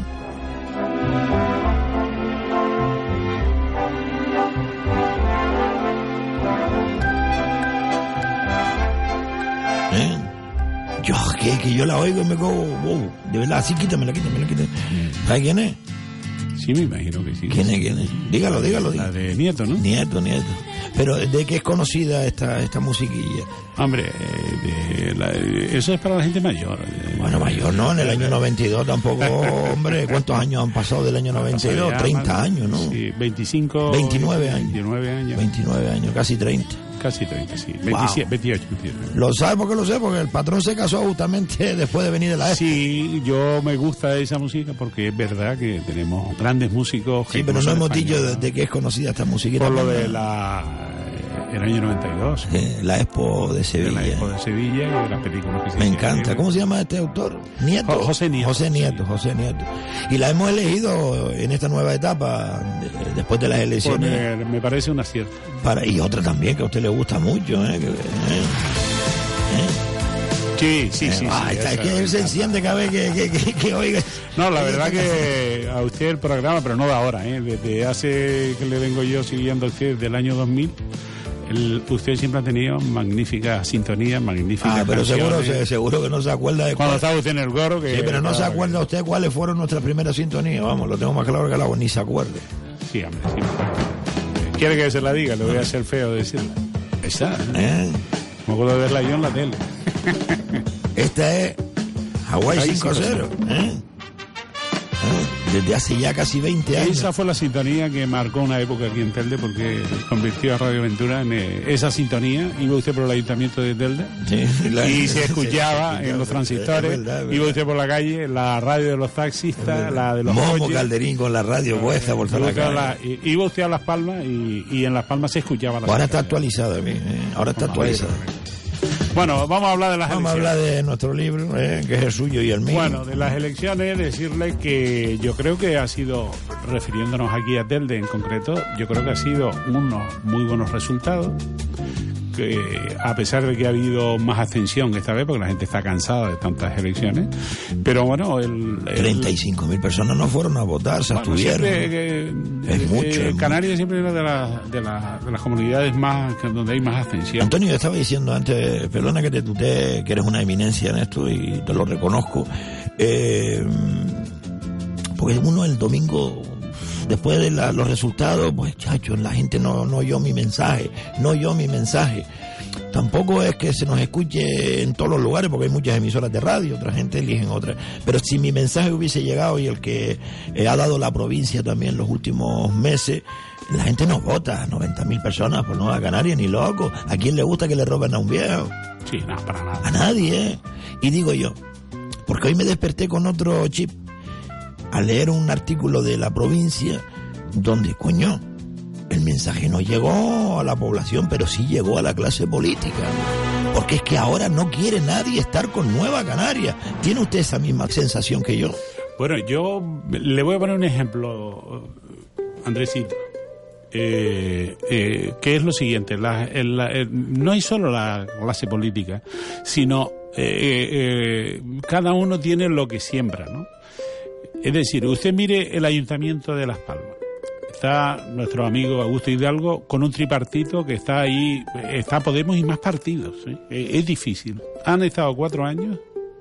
Speaker 5: ¿Eh? Yo, que, que yo la oigo y me quedo wow, de verdad, así quítamela, quítamela, quítamela. ¿Sabes quién es?
Speaker 8: Sí, me imagino que sí.
Speaker 5: ¿Quién es, quién es? Dígalo, dígalo, dígalo.
Speaker 8: La de Nieto, ¿no?
Speaker 5: Nieto, Nieto. Pero ¿de qué es conocida esta esta musiquilla?
Speaker 8: Hombre, eh, de la, eso es para la gente mayor.
Speaker 5: Bueno, mayor no, en el año noventa y dos tampoco, hombre. ¿Cuántos años han pasado del año noventa y dos? treinta años, ¿no?
Speaker 8: Sí, veinticinco.
Speaker 5: veintinueve años.
Speaker 8: veintinueve años.
Speaker 5: veintinueve años, casi treinta.
Speaker 8: Casi treinta, sí.
Speaker 5: Wow.
Speaker 8: veintisiete, veintiocho, veintiocho.
Speaker 5: Lo sabe porque lo sé, porque el patrón se casó justamente después de venir de la Expo.
Speaker 8: Sí, yo me gusta esa música porque es verdad que tenemos grandes músicos.
Speaker 5: Sí, pero no hemos dicho de, de qué es conocida esta musiquita.
Speaker 8: Por lo de la... el año noventa y dos.
Speaker 5: Eh, la Expo de Sevilla.
Speaker 8: La Expo de Sevilla y de las películas que se
Speaker 5: Me
Speaker 8: hicieron.
Speaker 5: encanta. ¿Cómo se llama este autor? Nieto.
Speaker 8: José Nieto.
Speaker 5: José Nieto, sí. José Nieto. Y la hemos elegido en esta nueva etapa, de, después de las elecciones.
Speaker 8: Pues me, me parece un acierto.
Speaker 5: Para, y otra también que a usted le gusta mucho, ¿eh? Que, ¿eh?
Speaker 8: Sí, sí, sí.
Speaker 5: Ah,
Speaker 8: sí
Speaker 5: está, es
Speaker 8: esa,
Speaker 5: que él se enciende cada vez que, que, que, que oiga.
Speaker 8: No, la verdad que a usted el programa, pero no de ahora, ¿eh? Desde hace que le vengo yo siguiendo a usted, desde el año dos mil, el, usted siempre ha tenido magníficas sintonías, magníficas
Speaker 5: Ah, pero seguro,
Speaker 8: canciones.
Speaker 5: seguro que no se acuerda de
Speaker 8: Cuando
Speaker 5: cuál...
Speaker 8: estaba usted en el Goro. Que
Speaker 5: Sí, pero no
Speaker 8: claro,
Speaker 5: se acuerda usted cuáles fueron nuestras primeras sintonías. Vamos, lo tengo más claro que el agua, ni se acuerde.
Speaker 8: Sí, hombre, sí. ¿Quiere que se la diga? Le voy a hacer feo decirla. Esa, ¿eh? Me acuerdo de verla yo en la tele.
Speaker 5: Esta es Hawái cinco cero, ¿eh? Desde hace ya casi veinte años.
Speaker 8: Esa fue la sintonía que marcó una época aquí en Telde, porque convirtió a Radio Aventura en eh, esa sintonía. Iba usted por el ayuntamiento de Telde,
Speaker 5: sí, la,
Speaker 8: y se escuchaba
Speaker 5: sí,
Speaker 8: en los transistores.
Speaker 5: Es verdad, es verdad.
Speaker 8: Iba usted por la calle, la radio de los taxistas, la de los
Speaker 5: Momo
Speaker 8: coches.
Speaker 5: Calderín con la radio puesta por toda la calle.
Speaker 8: La, iba usted a Las Palmas y, y en Las Palmas se escuchaba la
Speaker 5: Ahora está actualizada, ¿eh? Ahora está actualizada.
Speaker 8: Bueno, vamos a hablar de las
Speaker 5: vamos
Speaker 8: elecciones.
Speaker 5: Vamos a hablar de nuestro libro, eh, que es el suyo y el mío.
Speaker 8: Bueno, de las elecciones, decirle que yo creo que ha sido, refiriéndonos aquí a Telde en concreto, yo creo que ha sido unos muy buenos resultados, que a pesar de que ha habido más abstención esta vez, porque la gente está cansada de tantas elecciones, pero bueno, el... el
Speaker 5: treinta y cinco mil personas no fueron a votar, se
Speaker 8: bueno,
Speaker 5: abstuvieron.
Speaker 8: Que,
Speaker 5: es
Speaker 8: eh,
Speaker 5: mucho.
Speaker 8: Eh,
Speaker 5: es
Speaker 8: Canarias
Speaker 5: mucho.
Speaker 8: siempre es una de, la, de, la, de las comunidades más donde hay más abstención.
Speaker 5: Antonio, yo estaba diciendo antes, perdona que te tutee, que eres una eminencia en esto y te lo reconozco, eh, porque uno el domingo... Después de la, los resultados, pues, chacho, la gente no, no oyó mi mensaje, no oyó mi mensaje. Tampoco es que se nos escuche en todos los lugares, porque hay muchas emisoras de radio, otra gente eligen otras. Pero si mi mensaje hubiese llegado y el que eh, ha dado la provincia también los últimos meses, la gente no vota, noventa mil personas por Nueva Canarias, ni loco. ¿A quién le gusta que le roben a un viejo?
Speaker 8: Sí, no, para nada.
Speaker 5: A nadie, ¿eh? Y digo yo, porque hoy me desperté con otro chip, a leer un artículo de La Provincia donde, coño, el mensaje no llegó a la población, pero sí llegó a la clase política. Porque es que ahora no quiere nadie estar con Nueva Canarias. ¿Tiene usted esa misma sensación que yo?
Speaker 8: Bueno, yo le voy a poner un ejemplo, Andresito. Eh, eh, que es lo siguiente, la, el, la, el, no hay solo la clase política, sino eh, eh, cada uno tiene lo que siembra, ¿no? Es decir, usted mire el Ayuntamiento de Las Palmas. Está nuestro amigo Augusto Hidalgo con un tripartito que está ahí, está Podemos y más partidos, ¿eh? Es difícil. Han estado cuatro años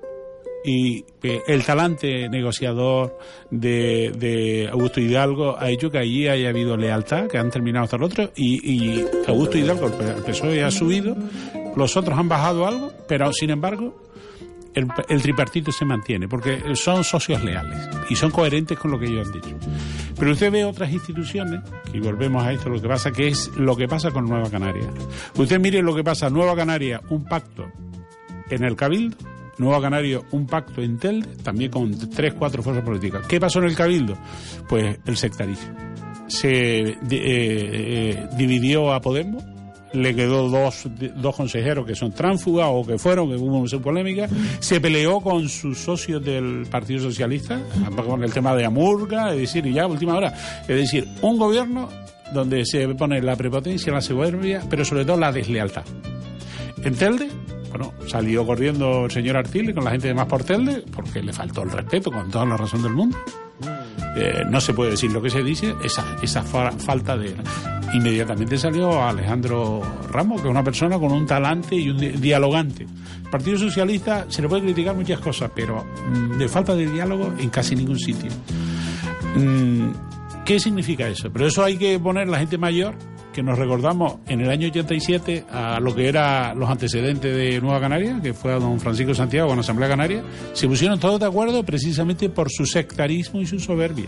Speaker 8: y el talante negociador de, de Augusto Hidalgo ha hecho que allí haya habido lealtad, que han terminado hasta el otro, y, y Augusto Hidalgo, el P S O E ha subido, los otros han bajado algo, pero sin embargo el, el tripartito se mantiene, porque son socios leales y son coherentes con lo que ellos han dicho. Pero usted ve otras instituciones, y volvemos a esto, lo que pasa, que es lo que pasa con Nueva Canaria. Usted mire lo que pasa, Nueva Canaria, un pacto en el Cabildo, Nueva Canaria, un pacto en Telde, también con tres, cuatro fuerzas políticas. ¿Qué pasó en el Cabildo? Pues el sectarismo. Se eh, eh, dividió a Podemos, le quedó dos, dos consejeros que son tránsfugas o que fueron, que hubo mucha polémica, se peleó con sus socios del Partido Socialista, con el tema de Amurga, es decir, y ya última hora, es decir, un gobierno donde se pone la prepotencia, la soberbia, pero sobre todo la deslealtad. En Telde, bueno, salió corriendo el señor Artiles con la gente de Más por Telde, porque le faltó el respeto, con toda la razón del mundo. Eh, no se puede decir lo que se dice, esa, esa fa- falta de... Inmediatamente salió Alejandro Ramos, que es una persona con un talante y un di- dialogante. El Partido Socialista se le puede criticar muchas cosas, pero mmm, de falta de diálogo en casi ningún sitio. Mm, ¿Qué significa eso? Pero eso hay que poner la gente mayor, que nos recordamos en el año ochenta y siete a lo que eran los antecedentes de Nueva Canaria, que fue a don Francisco Santiago con la Asamblea Canaria, se pusieron todos de acuerdo precisamente por su sectarismo y su soberbia.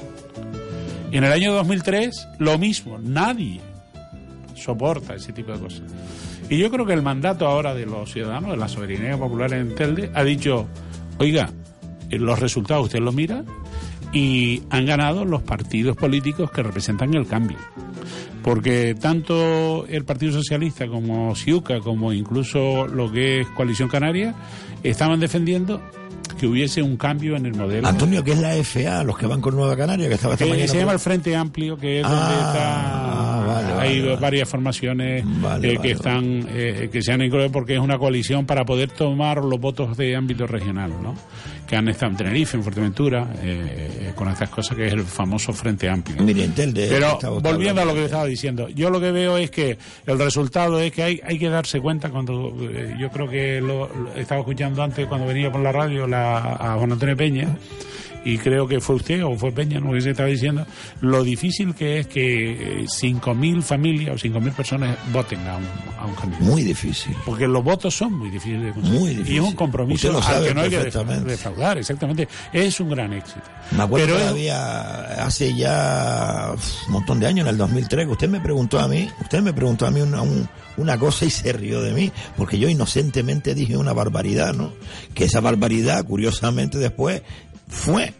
Speaker 8: Y en el año dos mil tres, lo mismo, nadie soporta ese tipo de cosas. Y yo creo que el mandato ahora de los ciudadanos, de la soberanía popular en Telde, ha dicho, oiga, los resultados usted los mira y han ganado los partidos políticos que representan el cambio. Porque tanto el Partido Socialista como Siuca, como incluso lo que es Coalición Canaria, estaban defendiendo que hubiese un cambio en el modelo.
Speaker 5: Antonio, ¿qué es la F A? Los que van con Nueva Canaria, que estaba esta
Speaker 8: eh,
Speaker 5: mañana.
Speaker 8: Se llama el Frente Amplio, que es ah, donde está. Vale, vale, hay vale, varias formaciones vale, eh, vale, que vale. están, eh, que se han incluido porque es una coalición para poder tomar los votos de ámbito regional, ¿no? Que han estado en Tenerife, en Fuerteventura, eh, con estas cosas, que es el famoso Frente Amplio.
Speaker 5: Mire, Telde,
Speaker 8: pero volviendo a lo que le estaba diciendo, yo lo que veo es que el resultado es que hay, hay que darse cuenta cuando eh, yo creo que lo, lo estaba escuchando antes cuando venía por la radio la, a Juan Antonio Peña, y creo que fue usted o fue Peña, no sé si estaba diciendo, lo difícil que es que cinco mil familias o cinco mil personas voten a un, a un candidato.
Speaker 5: Muy difícil.
Speaker 8: Porque los votos son muy difíciles de conseguir.
Speaker 5: Muy difícil.
Speaker 8: Y es un compromiso
Speaker 5: lo sabe
Speaker 8: al que no hay que defraudar, exactamente. Es un gran éxito.
Speaker 5: Me acuerdo
Speaker 8: Pero
Speaker 5: que
Speaker 8: es...
Speaker 5: había hace ya un montón de años, en el dos mil tres, que usted me preguntó a mí, usted me preguntó a mí una, un, una cosa y se rió de mí, porque yo inocentemente dije una barbaridad, ¿no? Que esa barbaridad, curiosamente, después fue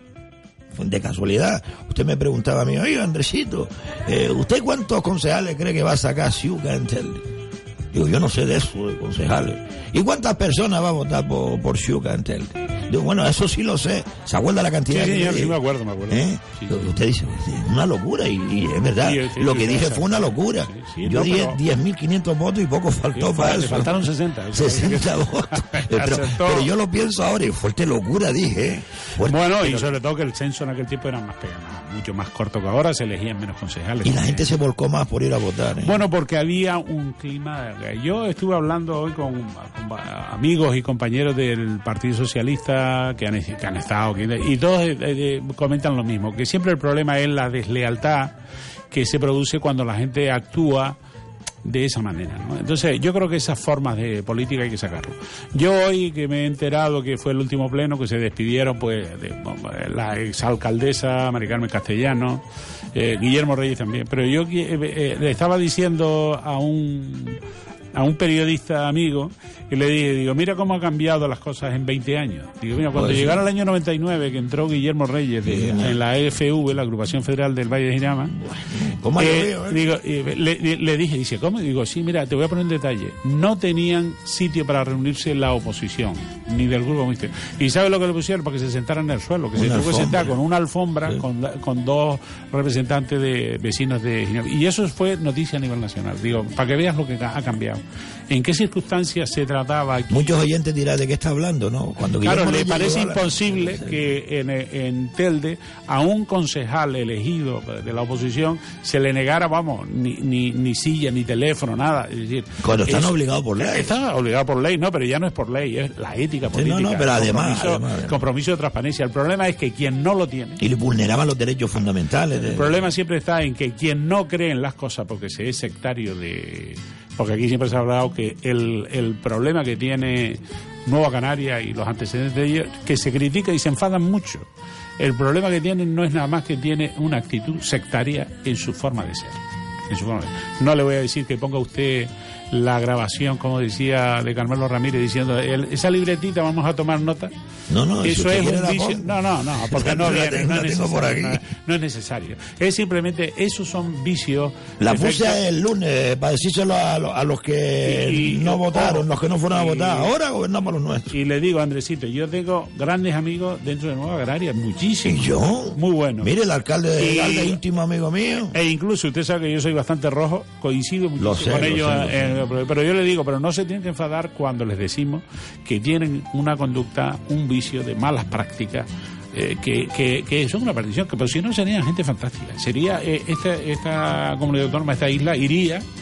Speaker 5: de casualidad. Usted me preguntaba a mí, oye, Andresito, eh, ¿usted cuántos concejales cree que va a sacar Siuca en Telde? Digo, yo no sé de eso, de concejales. ¿Y cuántas personas va a votar por, por Siuca en Telde? Digo, bueno, eso sí lo sé. ¿Se acuerda la cantidad?
Speaker 8: Sí,
Speaker 5: que
Speaker 8: sí, sí, me acuerdo, me acuerdo.
Speaker 5: ¿Eh?
Speaker 8: Sí.
Speaker 5: Usted dice, una locura, y, y es verdad. Sí, sí, lo que sí, dije fue una locura. Sí, sí, yo no, dije pero... diez mil quinientos votos y poco faltó sí, para eso.
Speaker 8: Faltaron sesenta.
Speaker 5: sesenta votos. pero, pero yo lo pienso ahora y fuerte locura, dije. Fuerte,
Speaker 8: bueno,
Speaker 5: pero...
Speaker 8: y sobre todo que el censo en aquel tiempo era más pequeño, mucho más corto que ahora, se elegían menos concejales.
Speaker 5: Y la gente se volcó más por ir a votar. ¿eh?
Speaker 8: Bueno, porque había un clima. Yo estuve hablando hoy con, con amigos y compañeros del Partido Socialista que han, que han estado, que, y todos eh, eh, comentan lo mismo, que siempre el problema es la deslealtad que se produce cuando la gente actúa de esa manera, ¿no? Entonces yo creo que esas formas de política hay que sacarlo. Yo hoy que me he enterado que fue el último pleno, que se despidieron pues de, de la exalcaldesa Mari Carmen Castellano, eh, Guillermo Reyes también, pero yo eh, eh, le estaba diciendo a un a un periodista amigo y le dije, digo, mira cómo ha cambiado las cosas en veinte años. Digo, mira, cuando pues llegara sí. el año noventa y nueve, que entró Guillermo Reyes de, sí, en la E F V, la Agrupación Federal del Valle de Jirama,
Speaker 5: ¿cómo eh, veo, eh?
Speaker 8: digo, eh, le, le, le dije, dice, ¿cómo? Digo, sí, mira, te voy a poner un detalle. No tenían sitio para reunirse la oposición, ni del grupo mixto. ¿Y sabe lo que le pusieron? Para que se sentaran en el suelo, que una se tuvo que sentar con una alfombra, sí. con, con dos representantes de vecinos de Ginebra. Y eso fue noticia a nivel nacional. Digo, para que veas lo que ha cambiado. ¿En qué circunstancias se trataba aquí?
Speaker 5: Muchos oyentes dirán de qué está hablando, ¿no? Cuando
Speaker 8: claro, le parece imposible la... que en, en Telde a un concejal elegido de la oposición se le negara, vamos, ni, ni, ni silla, ni teléfono, nada. Es decir,
Speaker 5: cuando están obligados por ley.
Speaker 8: Están obligados por ley, no, pero ya no es por ley, es la ética política.
Speaker 5: Sí, no, no, pero además
Speaker 8: compromiso,
Speaker 5: además, además.
Speaker 8: compromiso de transparencia. El problema es que quien no lo tiene...
Speaker 5: Y le vulneraban los derechos fundamentales. De...
Speaker 8: El problema siempre está en que quien no cree en las cosas porque se es sectario de... Porque aquí siempre se ha hablado que el, el problema que tiene Nueva Canaria y los antecedentes de ellos, que se critica y se enfadan mucho. El problema que tienen no es nada más que tiene una actitud sectaria en su forma de ser. En su forma de ser. No le voy a decir que ponga usted la grabación, como decía, de Carmelo Ramírez, diciendo, el, esa libretita vamos a tomar nota.
Speaker 5: No, no,
Speaker 8: eso
Speaker 5: si
Speaker 8: es un vicio. No, no, no, porque no, viene, no, es por aquí. No, no es necesario. Es simplemente, esos son vicios.
Speaker 5: La puse el lunes para decírselo a, lo, a los que y, no y, votaron, oh, los que no fueron y, a votar. Ahora gobernamos los nuestros.
Speaker 8: Y le digo, Andresito, yo tengo grandes amigos dentro de Nueva Canaria, muchísimos.
Speaker 5: ¿Y yo?
Speaker 8: Muy buenos.
Speaker 5: Mire, el alcalde de Galde, íntimo amigo mío.
Speaker 8: E incluso, usted sabe que yo soy bastante rojo, coincido mucho
Speaker 5: sé,
Speaker 8: con ellos.
Speaker 5: Sé,
Speaker 8: en, en, pero yo le digo, pero no se tienen que enfadar cuando les decimos que tienen una conducta, un vicio de malas prácticas, eh, que, que, que son una perdición, que pero si no serían gente fantástica. Sería eh, esta, esta comunidad autónoma, esta isla iría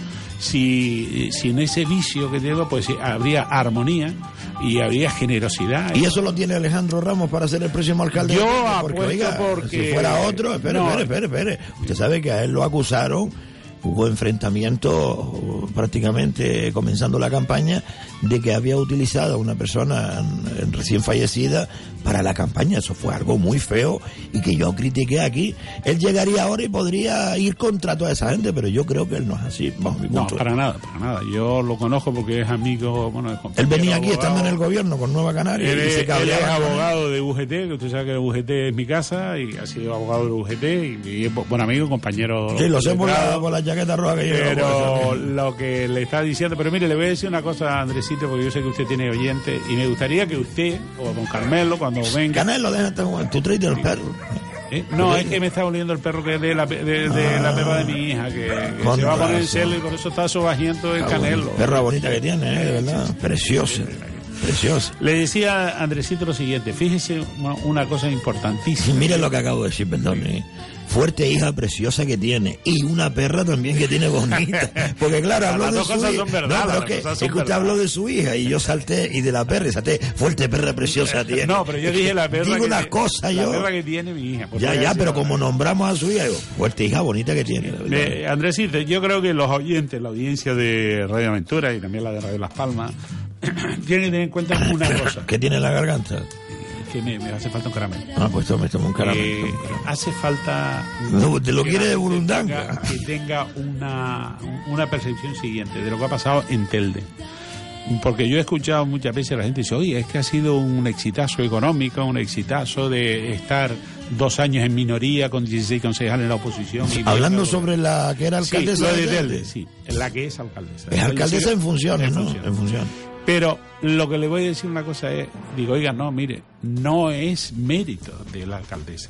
Speaker 8: si sin ese vicio que tengo, pues habría armonía y habría generosidad.
Speaker 5: Y eso lo tiene Alejandro Ramos para ser el próximo alcalde.
Speaker 8: Yo
Speaker 5: de Telde, porque,
Speaker 8: apuesto
Speaker 5: oiga,
Speaker 8: porque...
Speaker 5: si fuera otro, espere,
Speaker 8: no.
Speaker 5: espere, espere, espere. Usted sabe que a él lo acusaron, hubo enfrentamiento prácticamente comenzando la campaña, de que había utilizado a una persona recién fallecida para la campaña. Eso fue algo muy feo y que yo critiqué aquí. Él llegaría ahora y podría ir contra toda esa gente, pero yo creo que él no es así, bajo mi punto.
Speaker 8: No, para nada, para nada. Yo lo conozco porque es amigo, bueno, es
Speaker 5: él venía aquí
Speaker 8: abogado,
Speaker 5: estando en el gobierno con Nueva Canaria.
Speaker 8: Él,
Speaker 5: y se
Speaker 8: él es
Speaker 5: cabreaba.
Speaker 8: abogado de U G T, que usted sabe que U G T es mi casa y ha sido abogado de U G T y, y es buen amigo, compañero.
Speaker 5: Sí, lo sé por la,
Speaker 8: letrado,
Speaker 5: por la chaqueta roja que lleva.
Speaker 8: Pero lo que le está diciendo, pero mire, le voy a decir una cosa a Andresito, porque yo sé que usted tiene oyente y me gustaría que usted o don Carmelo cuando venga.
Speaker 5: Canelo, déjate jugar, tú traes del perro.
Speaker 8: ¿Eh? No, es que me está oliendo el perro que es de la, de, de ah, la perra de mi hija, que, que se va a poner en celo y por eso está sobajiento el Canelo.
Speaker 5: Perra bonita que tiene, ¿eh? De verdad, preciosa. Preciosa.
Speaker 8: Le decía a Andresito lo siguiente, fíjese una cosa importantísima.
Speaker 5: Mire lo que acabo de decir, perdón. ¿eh? Fuerte hija preciosa que tiene y una perra también que tiene bonita, porque claro, habló de su hija. No, pero es que, es que usted habló de su hija y yo salté, y de la perra y salté, fuerte perra preciosa tiene.
Speaker 8: No, pero yo dije la perra
Speaker 5: digo
Speaker 8: que
Speaker 5: unas
Speaker 8: tiene,
Speaker 5: cosas yo.
Speaker 8: La perra que tiene mi hija.
Speaker 5: Ya, ya, pero como nombramos a su hija, digo, fuerte hija bonita que tiene.
Speaker 8: Eh, Andresito, yo creo que los oyentes, la audiencia de Radio Aventura y también la de Radio Las Palmas, tienen que tener en cuenta una cosa.
Speaker 5: ¿Qué tiene en la garganta?
Speaker 8: Que me, me hace falta un caramelo.
Speaker 5: Ah, pues tome, tome un caramelo.
Speaker 8: Eh, hace falta...
Speaker 5: No, te lo quiere de burundanga.
Speaker 8: Que tenga una, una percepción siguiente de lo que ha pasado en Telde. Porque yo he escuchado muchas veces a la gente dice, oye, es que ha sido un exitazo económico, un exitazo de estar dos años en minoría con dieciséis concejales en la oposición. Y
Speaker 5: hablando sobre la que era alcaldesa
Speaker 8: sí,
Speaker 5: de
Speaker 8: Telde.
Speaker 5: Telde.
Speaker 8: Sí, la que es alcaldesa.
Speaker 5: Es alcaldesa en funciones,
Speaker 8: en
Speaker 5: ¿no?
Speaker 8: funciones.
Speaker 5: En funciones.
Speaker 8: Pero lo que le voy a decir una cosa es, digo, oiga, no, mire, no es mérito de la alcaldesa.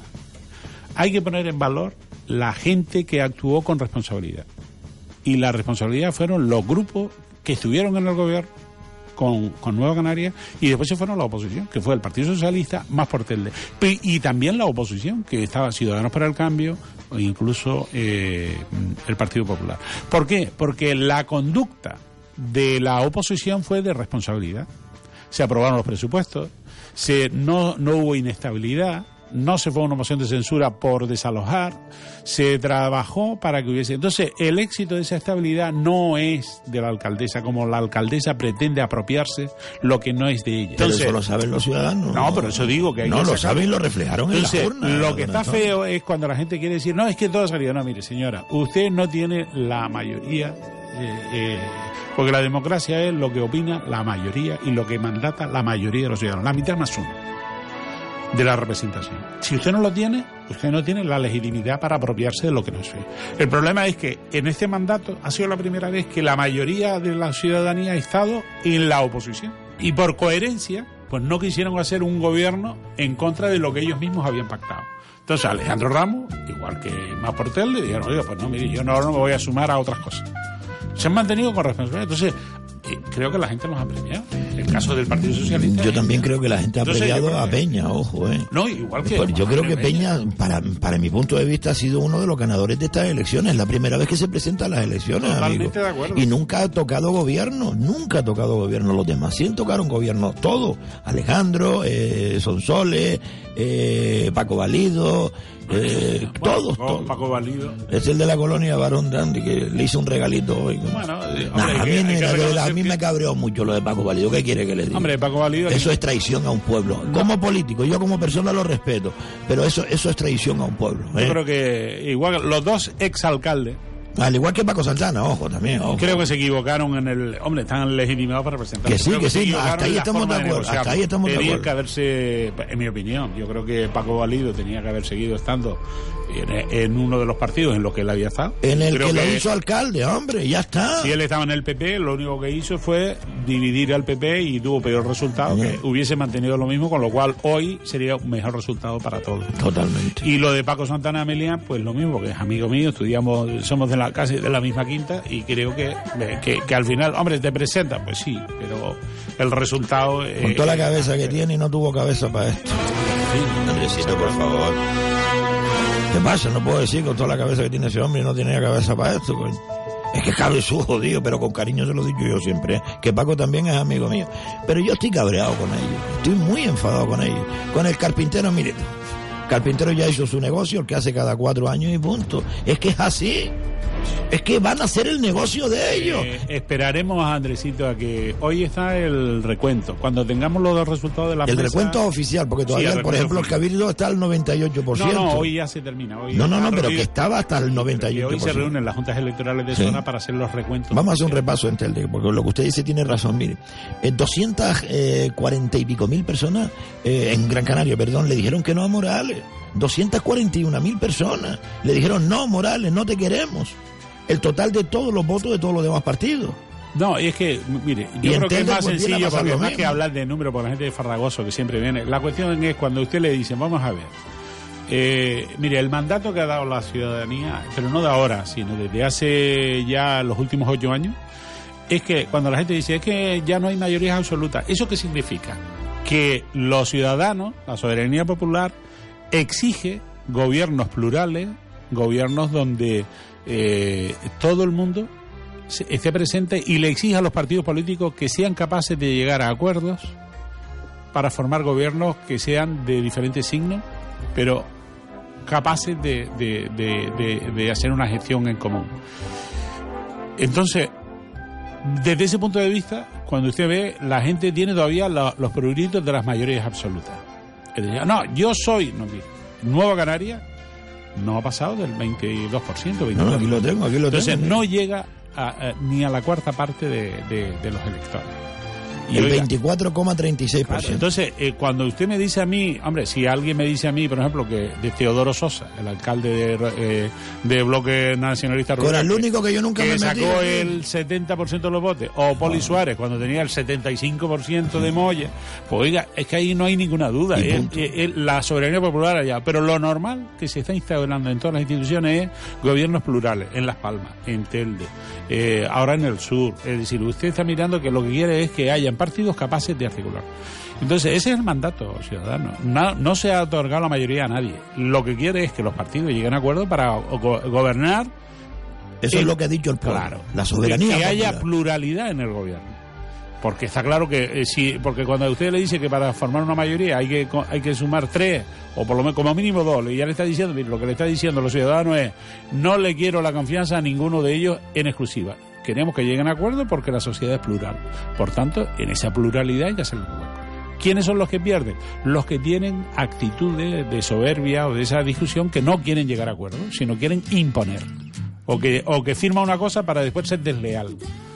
Speaker 8: Hay que poner en valor la gente que actuó con responsabilidad. Y la responsabilidad fueron los grupos que estuvieron en el gobierno con, con Nueva Canaria y después se fueron la oposición, que fue el Partido Socialista más por Telde. Y también la oposición, que estaba Ciudadanos para el Cambio o incluso eh, el Partido Popular. ¿Por qué? Porque la conducta de la oposición fue de responsabilidad. Se aprobaron los presupuestos, se no, no hubo inestabilidad, no se fue a una moción de censura por desalojar, se trabajó para que hubiese... Entonces, el éxito de esa estabilidad no es de la alcaldesa, como la alcaldesa pretende apropiarse lo que no es de ella.
Speaker 5: Pero
Speaker 8: Entonces,
Speaker 5: eso lo saben los ciudadanos.
Speaker 8: No, pero eso digo que hay
Speaker 5: No,
Speaker 8: que
Speaker 5: lo
Speaker 8: sacar.
Speaker 5: saben y lo reflejaron
Speaker 8: Entonces,
Speaker 5: en la urna.
Speaker 8: lo que está feo es cuando la gente quiere decir, no, es que todo ha salido. No, mire, señora, usted no tiene la mayoría... Eh, eh, porque la democracia es lo que opina la mayoría y lo que mandata la mayoría de los ciudadanos, la mitad más uno de la representación. Si usted no lo tiene, usted no tiene la legitimidad para apropiarse de lo que no es suyo. El problema es que en este mandato ha sido la primera vez que la mayoría de la ciudadanía ha estado en la oposición y por coherencia pues no quisieron hacer un gobierno en contra de lo que ellos mismos habían pactado. Entonces Alejandro Ramos, igual que Más por Telde, le dijeron, oiga, pues no, mire, yo no, no me voy a sumar a otras cosas. Se han mantenido con responsabilidad. Entonces, eh, creo que la gente los ha premiado. El caso del Partido Socialista.
Speaker 5: Yo también creo que la gente ha
Speaker 8: Entonces,
Speaker 5: premiado a
Speaker 8: que...
Speaker 5: Peña, ojo, ¿eh?
Speaker 8: No, igual que...
Speaker 5: Pues yo creo que Peña, para, para mi punto de vista, ha sido uno de los ganadores de estas elecciones. Es la primera vez que se presenta a las elecciones,
Speaker 8: Totalmente
Speaker 5: amigo.
Speaker 8: de acuerdo.
Speaker 5: Y nunca ha tocado gobierno, nunca ha tocado gobierno. Los demás sí tocaron gobierno, todo. Alejandro, eh, Sonsoles, eh, Paco Valido... Eh,
Speaker 8: bueno,
Speaker 5: todos,
Speaker 8: Paco,
Speaker 5: todos.
Speaker 8: Paco Valido.
Speaker 5: Es el de la colonia Barón Dandy que le hizo un regalito hoy.
Speaker 8: Bueno, eh,
Speaker 5: nah,
Speaker 8: hombre,
Speaker 5: a,
Speaker 8: que,
Speaker 5: mí,
Speaker 8: hay
Speaker 5: me,
Speaker 8: que
Speaker 5: de verdad, a mí
Speaker 8: que...
Speaker 5: me cabreó mucho lo de Paco Valido. ¿Qué quiere que le diga?
Speaker 8: Hombre, Paco Valido...
Speaker 5: Eso
Speaker 8: que...
Speaker 5: es traición a un pueblo. No. Como político, yo como persona lo respeto, pero eso eso es traición a un pueblo. ¿eh?
Speaker 8: Yo creo que igual los dos exalcaldes,
Speaker 5: al igual que Paco Santana, ojo, también, ojo.
Speaker 8: Creo que se equivocaron en el... Hombre, están legitimados para representar.
Speaker 5: Que sí,
Speaker 8: creo
Speaker 5: que, que sí, hasta ahí
Speaker 8: de
Speaker 5: estamos de acuerdo, hasta ahí estamos de
Speaker 8: Tenían
Speaker 5: acuerdo.
Speaker 8: que haberse, en mi opinión, yo creo que Paco Valido tenía que haber seguido estando en, en uno de los partidos en los que él había estado.
Speaker 5: En el
Speaker 8: creo
Speaker 5: que,
Speaker 8: que
Speaker 5: lo hizo alcalde, hombre, ya está.
Speaker 8: Si él estaba en el P P, lo único que hizo fue dividir al P P y tuvo peor resultado,
Speaker 5: sí.
Speaker 8: que hubiese mantenido lo mismo, con lo cual hoy sería un mejor resultado para todos.
Speaker 5: Totalmente.
Speaker 8: Y lo de Paco Santana Melián, pues lo mismo, que es amigo mío, estudiamos, somos de la casi de la misma quinta y creo que, que, que al final, hombre, te presentan, pues sí, pero el resultado...
Speaker 5: Con
Speaker 8: eh,
Speaker 5: toda la cabeza que tiene y no tuvo cabeza para esto.
Speaker 8: Sí.
Speaker 5: Andresito, por favor. ¿Qué pasa? No puedo decir con toda la cabeza que tiene ese hombre y no tenía cabeza para esto, coño. Es que cabezudo, jodido, pero con cariño se lo digo yo siempre, ¿eh? Que Paco también es amigo mío. Pero yo estoy cabreado con ellos, estoy muy enfadado con ellos. Con el carpintero, mire, Carpintero ya hizo su negocio, el que hace cada cuatro años y punto. Es que es así. Es que van a hacer el negocio de ellos.
Speaker 8: Eh, esperaremos, Andresito, a que hoy está el recuento. Cuando tengamos los resultados de la
Speaker 5: El
Speaker 8: mesa...
Speaker 5: recuento oficial, porque todavía,
Speaker 8: sí,
Speaker 5: por ejemplo, el Cabildo está al noventa y ocho por ciento.
Speaker 8: No, no, hoy ya se termina. Hoy
Speaker 5: no, no, no, pero
Speaker 8: reunido,
Speaker 5: que estaba hasta el noventa y ocho por ciento.
Speaker 8: Hoy se reúnen las juntas electorales de
Speaker 5: sí.
Speaker 8: zona para hacer los recuentos.
Speaker 5: Vamos a hacer un repaso entre el de, porque lo que usted dice tiene razón. Mire, eh, doscientas cuarenta y pico mil personas eh, en Gran Canaria, perdón, le dijeron que no a Morales. doscientas cuarenta y una mil personas le dijeron no, Morales, no te queremos. El total de todos los votos de todos los demás partidos.
Speaker 8: No, y es que, mire, yo
Speaker 5: y
Speaker 8: creo que es más
Speaker 5: pues,
Speaker 8: sencillo, porque más
Speaker 5: mismo.
Speaker 8: que hablar de número por la gente de Farragoso que siempre viene, la cuestión es cuando usted le dice, vamos a ver, eh, mire, el mandato que ha dado la ciudadanía, pero no de ahora, sino desde hace ya los últimos ocho años, es que cuando la gente dice, es que ya no hay mayorías absolutas, ¿eso qué significa? Que los ciudadanos, la soberanía popular, exige gobiernos plurales, gobiernos donde eh, todo el mundo esté presente y le exige a los partidos políticos que sean capaces de llegar a acuerdos para formar gobiernos que sean de diferentes signos, pero capaces de, de, de, de, de hacer una gestión en común. Entonces, desde ese punto de vista, cuando usted ve, la gente tiene todavía la, los pruritos de las mayorías absolutas. No, yo soy, no, Nueva Canaria no ha pasado del veintidós por ciento.
Speaker 5: No, no, aquí lo tengo, aquí lo
Speaker 8: Entonces
Speaker 5: tengo.
Speaker 8: no llega a, a, ni a la cuarta parte de, de, de los electores. Y
Speaker 5: el
Speaker 8: oiga,
Speaker 5: veinticuatro coma treinta y seis por ciento.
Speaker 8: claro, entonces, eh, cuando usted me dice a mí, hombre, si alguien me dice a mí, por ejemplo, que de Teodoro Sosa, el alcalde de, eh, de Bloque Nacionalista Rural,
Speaker 5: Con el único que yo nunca
Speaker 8: que
Speaker 5: me
Speaker 8: sacó
Speaker 5: metí,
Speaker 8: el setenta por ciento de los votos, o Poli
Speaker 5: no.
Speaker 8: Suárez, cuando tenía el setenta y cinco por ciento de Moya, pues oiga, es que ahí no hay ninguna duda. Es, es, es la soberanía popular allá. Pero lo normal que se está instaurando en todas las instituciones es gobiernos plurales, en Las Palmas, en Telde, eh, ahora en el sur. Es decir, usted está mirando que lo que quiere es que hayan partidos capaces de articular. Entonces, ese es el mandato ciudadano. No, no se ha otorgado la mayoría a nadie. Lo que quiere es que los partidos lleguen a acuerdo para go gobernar.
Speaker 5: Eso
Speaker 8: el,
Speaker 5: es lo que ha dicho el pueblo.
Speaker 8: Claro,
Speaker 5: la soberanía.
Speaker 8: Que, que haya
Speaker 5: popular.
Speaker 8: pluralidad en el gobierno. Porque está claro que eh, si, porque cuando usted le dice que para formar una mayoría hay que hay que sumar tres, o por lo menos como mínimo dos, y ya le está diciendo, mire, lo que le está diciendo a los ciudadanos es, no le quiero la confianza a ninguno de ellos en exclusiva. Queremos que lleguen a acuerdo porque la sociedad es plural. Por tanto, en esa pluralidad hay que hacer el hueco. ¿Quiénes son los que pierden? Los que tienen actitudes de soberbia o de esa discusión que no quieren llegar a acuerdo, sino quieren imponer. O que, o que firma una cosa para después ser desleal.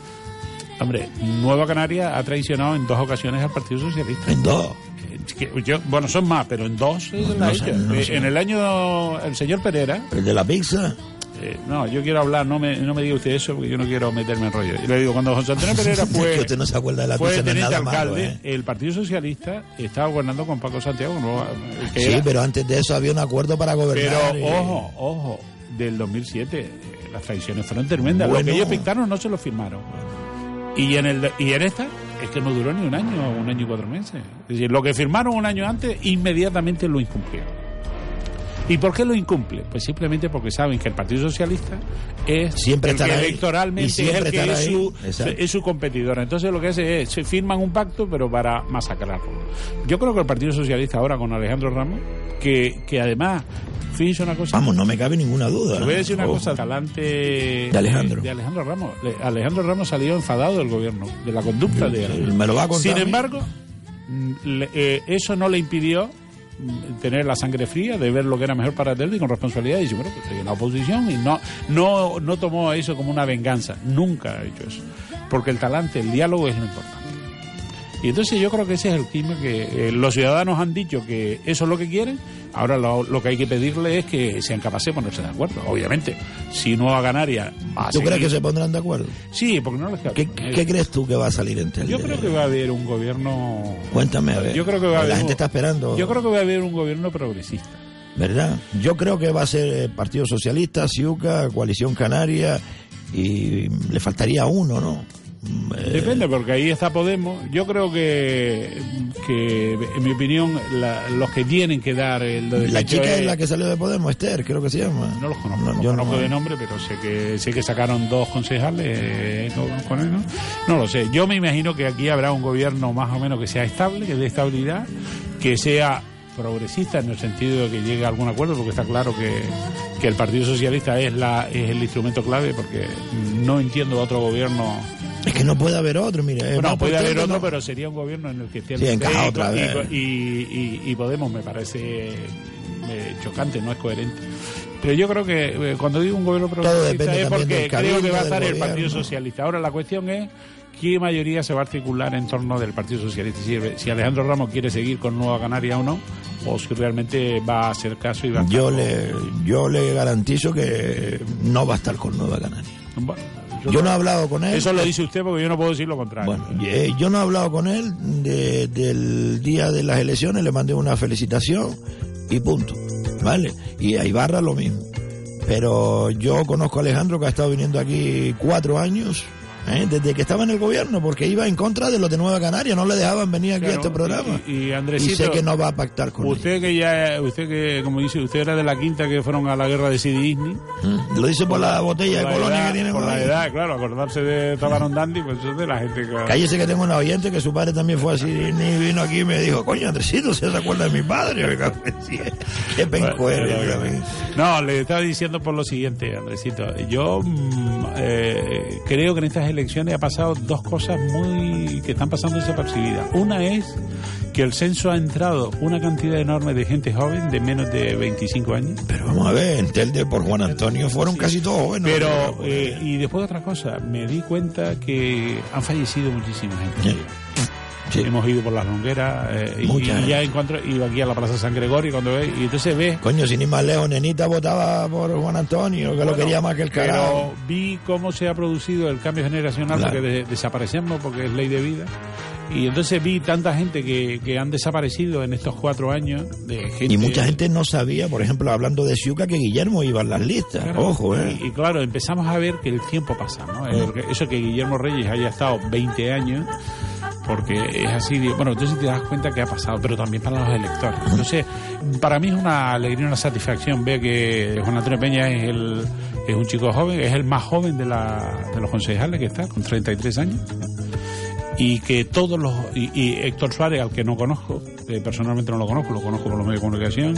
Speaker 8: Hombre, Nueva Canaria ha traicionado en dos ocasiones al Partido Socialista.
Speaker 5: ¿En dos?
Speaker 8: Que, que yo, bueno, son más, pero en dos eh, la
Speaker 5: no
Speaker 8: ha
Speaker 5: sé,
Speaker 8: hecho.
Speaker 5: no
Speaker 8: Eh,
Speaker 5: sé.
Speaker 8: En el año, el señor Pereira...
Speaker 5: ¿El de la pizza?
Speaker 8: Eh, no, yo quiero hablar, no me, no me diga usted eso porque yo no quiero meterme en rollo. Y le digo, cuando José Antonio Pereira fue,
Speaker 5: que usted no se acuerda de la
Speaker 8: fue
Speaker 5: pizza, no es
Speaker 8: teniente
Speaker 5: nada malo,
Speaker 8: alcalde,
Speaker 5: ¿eh?
Speaker 8: el Partido Socialista estaba gobernando con Paco Santiago. ¿No? Que
Speaker 5: Sí,
Speaker 8: era,
Speaker 5: pero antes de eso había un acuerdo para gobernar.
Speaker 8: pero
Speaker 5: y...
Speaker 8: ojo, ojo, del dos mil siete eh, las traiciones fueron tremendas.
Speaker 5: Bueno.
Speaker 8: Lo que ellos pactaron no se lo firmaron. Y en el y en esta es que no duró ni un año, un año y cuatro meses. Es decir, lo que firmaron un año antes, inmediatamente lo incumplieron. ¿Y por qué lo incumple? Pues simplemente porque saben que el Partido Socialista es
Speaker 5: Siempre
Speaker 8: el que
Speaker 5: estará ahí.
Speaker 8: electoralmente
Speaker 5: Y siempre
Speaker 8: es el que
Speaker 5: estará
Speaker 8: es
Speaker 5: ahí.
Speaker 8: su,
Speaker 5: Exacto.
Speaker 8: es su competidora. Entonces lo que hace es, se firman un pacto, pero para masacrarlo. Yo creo que el Partido Socialista ahora con Alejandro Ramos, que, que además, fíjense una cosa...
Speaker 5: Vamos, no me cabe ninguna duda.
Speaker 8: Te voy a decir una
Speaker 5: Ojo.
Speaker 8: cosa, talante
Speaker 5: De Alejandro.
Speaker 8: de Alejandro Ramos. Le- Alejandro Ramos salió enfadado del gobierno, de la conducta de él.
Speaker 5: Me lo va a contar
Speaker 8: Sin
Speaker 5: a mí.
Speaker 8: embargo, mm, le- eh, eso no le impidió mm, tener la sangre fría de ver lo que era mejor para él y con responsabilidad y dice, bueno, pues estoy en la oposición y no, no, no tomó eso como una venganza. Nunca ha hecho eso. Porque el talante, el diálogo es lo importante. Y entonces yo creo que ese es el clima que eh, los ciudadanos han dicho que eso es lo que quieren. Ahora lo, lo que hay que pedirle es que sean capaces de ponerse de acuerdo. Obviamente, si Nueva Canaria va a
Speaker 5: ¿Tú
Speaker 8: seguir-
Speaker 5: crees que se pondrán de acuerdo?
Speaker 8: Sí, porque no les queda
Speaker 5: ¿Qué,
Speaker 8: bien.
Speaker 5: ¿Qué crees tú que va a salir en Telde?
Speaker 8: Yo creo que va a haber un gobierno...
Speaker 5: Cuéntame, a ver.
Speaker 8: Yo creo que va a
Speaker 5: La
Speaker 8: haber
Speaker 5: gente
Speaker 8: un-
Speaker 5: está esperando.
Speaker 8: Yo creo que va a haber un gobierno progresista.
Speaker 5: ¿Verdad? Yo creo que va a ser eh, Partido Socialista, Ciuca, Coalición Canaria y le faltaría uno, ¿no?
Speaker 8: Depende, porque ahí está Podemos. Yo creo que, que en mi opinión, la, los que tienen que dar el derecho.
Speaker 5: La chica
Speaker 8: es
Speaker 5: es la que salió de Podemos, Esther, creo que se llama.
Speaker 8: No los conozco, no,
Speaker 5: no,
Speaker 8: no
Speaker 5: yo
Speaker 8: conozco
Speaker 5: no.
Speaker 8: de nombre, pero sé que sé que sacaron dos concejales eh, con él, ¿no? No lo sé. Yo me imagino que aquí habrá un gobierno más o menos que sea estable, que dé estabilidad, que sea progresista en el sentido de que llegue a algún acuerdo, porque está claro que, que el Partido Socialista es la es el instrumento clave, porque no entiendo otro gobierno.
Speaker 5: Es que no puede haber otro, mira.
Speaker 8: Bueno, puede haber otro,
Speaker 5: no.
Speaker 8: pero sería un gobierno en el que esté
Speaker 5: sí, encaja otra
Speaker 8: y,
Speaker 5: vez.
Speaker 8: Y, y, y Podemos me parece eh, chocante, no es coherente. Pero yo creo que eh, cuando digo un gobierno progresista es porque creo que va a estar el Partido Socialista. Ahora la cuestión es qué mayoría se va a articular en torno del Partido Socialista. Si, si Alejandro Ramos quiere seguir con Nueva Canaria o no, o si realmente va a hacer caso y va a
Speaker 5: yo
Speaker 8: con...
Speaker 5: le yo le garantizo que no va a estar con Nueva Canaria.
Speaker 8: Bueno,
Speaker 5: yo, yo no he hablado con él.
Speaker 8: Eso lo dice usted porque yo no puedo decir lo contrario.
Speaker 5: Bueno, eh, yo no he hablado con él de, del día de las elecciones, le mandé una felicitación y punto, ¿vale? Y a Ibarra lo mismo. Pero yo conozco a Alejandro, que ha estado viniendo aquí cuatro años, ¿eh? Desde que estaba en el gobierno, porque iba en contra de los de Nueva Canaria, no le dejaban venir aquí, claro, a este programa.
Speaker 8: Y, y, Andresito,
Speaker 5: y sé que no va a pactar con
Speaker 8: usted
Speaker 5: él.
Speaker 8: que ya, usted que, como dice, usted era de la quinta que fueron a la guerra de Sidi Isni.
Speaker 5: ¿Mm? Lo dice por, por la, la botella por de colonia edad, que tiene.
Speaker 8: Por la edad, claro, acordarse de Tabarón Dandy, pues eso es de la gente que...
Speaker 5: Cállese, que tengo una oyente que su padre también fue a Sidi Isni y vino aquí y me dijo, coño, Andresito, ¿se acuerda de mi padre? Qué pencuero.
Speaker 8: No, le estaba diciendo por lo siguiente, Andresito. Yo mmm, eh, creo que en estas elecciones ha pasado dos cosas muy que están pasando desapercibidas. Una es que el censo ha entrado una cantidad enorme de gente joven de menos de veinticinco años.
Speaker 5: Pero vamos a ver, en Telde por Juan Antonio fueron sí. casi todos jóvenes.
Speaker 8: Pero, eh, y después otra cosa, me di cuenta que han fallecido muchísima gente. Sí. Sí. Hemos ido por las longueras eh, y, y ya encuentro, iba aquí a la Plaza San Gregorio cuando ve, y entonces ves...
Speaker 5: Coño, sin ir más lejos, Nenita votaba por Juan Antonio, que bueno, lo quería más que el carajo.
Speaker 8: Pero vi cómo se ha producido el cambio generacional, claro, porque de, desaparecemos, porque es ley de vida. Y entonces vi tanta gente que, que han desaparecido en estos cuatro años. De gente...
Speaker 5: Y mucha gente no sabía, por ejemplo, hablando de Ciuca, que Guillermo iba en las listas. Claro, ojo, ¿eh?
Speaker 8: Y, y claro, empezamos a ver que el tiempo pasa, ¿no? Mm. Eso que Guillermo Reyes haya estado veinte años... porque es así, bueno, entonces te das cuenta que ha pasado, pero también para los electores. Entonces, para mí es una alegría, una satisfacción ver que Juan Antonio Peña es el es un chico joven, es el más joven de, la, de los concejales que está, con treinta y tres años. Y que todos los... Y, y Héctor Suárez, al que no conozco, eh, personalmente no lo conozco, lo conozco por los medios de comunicación,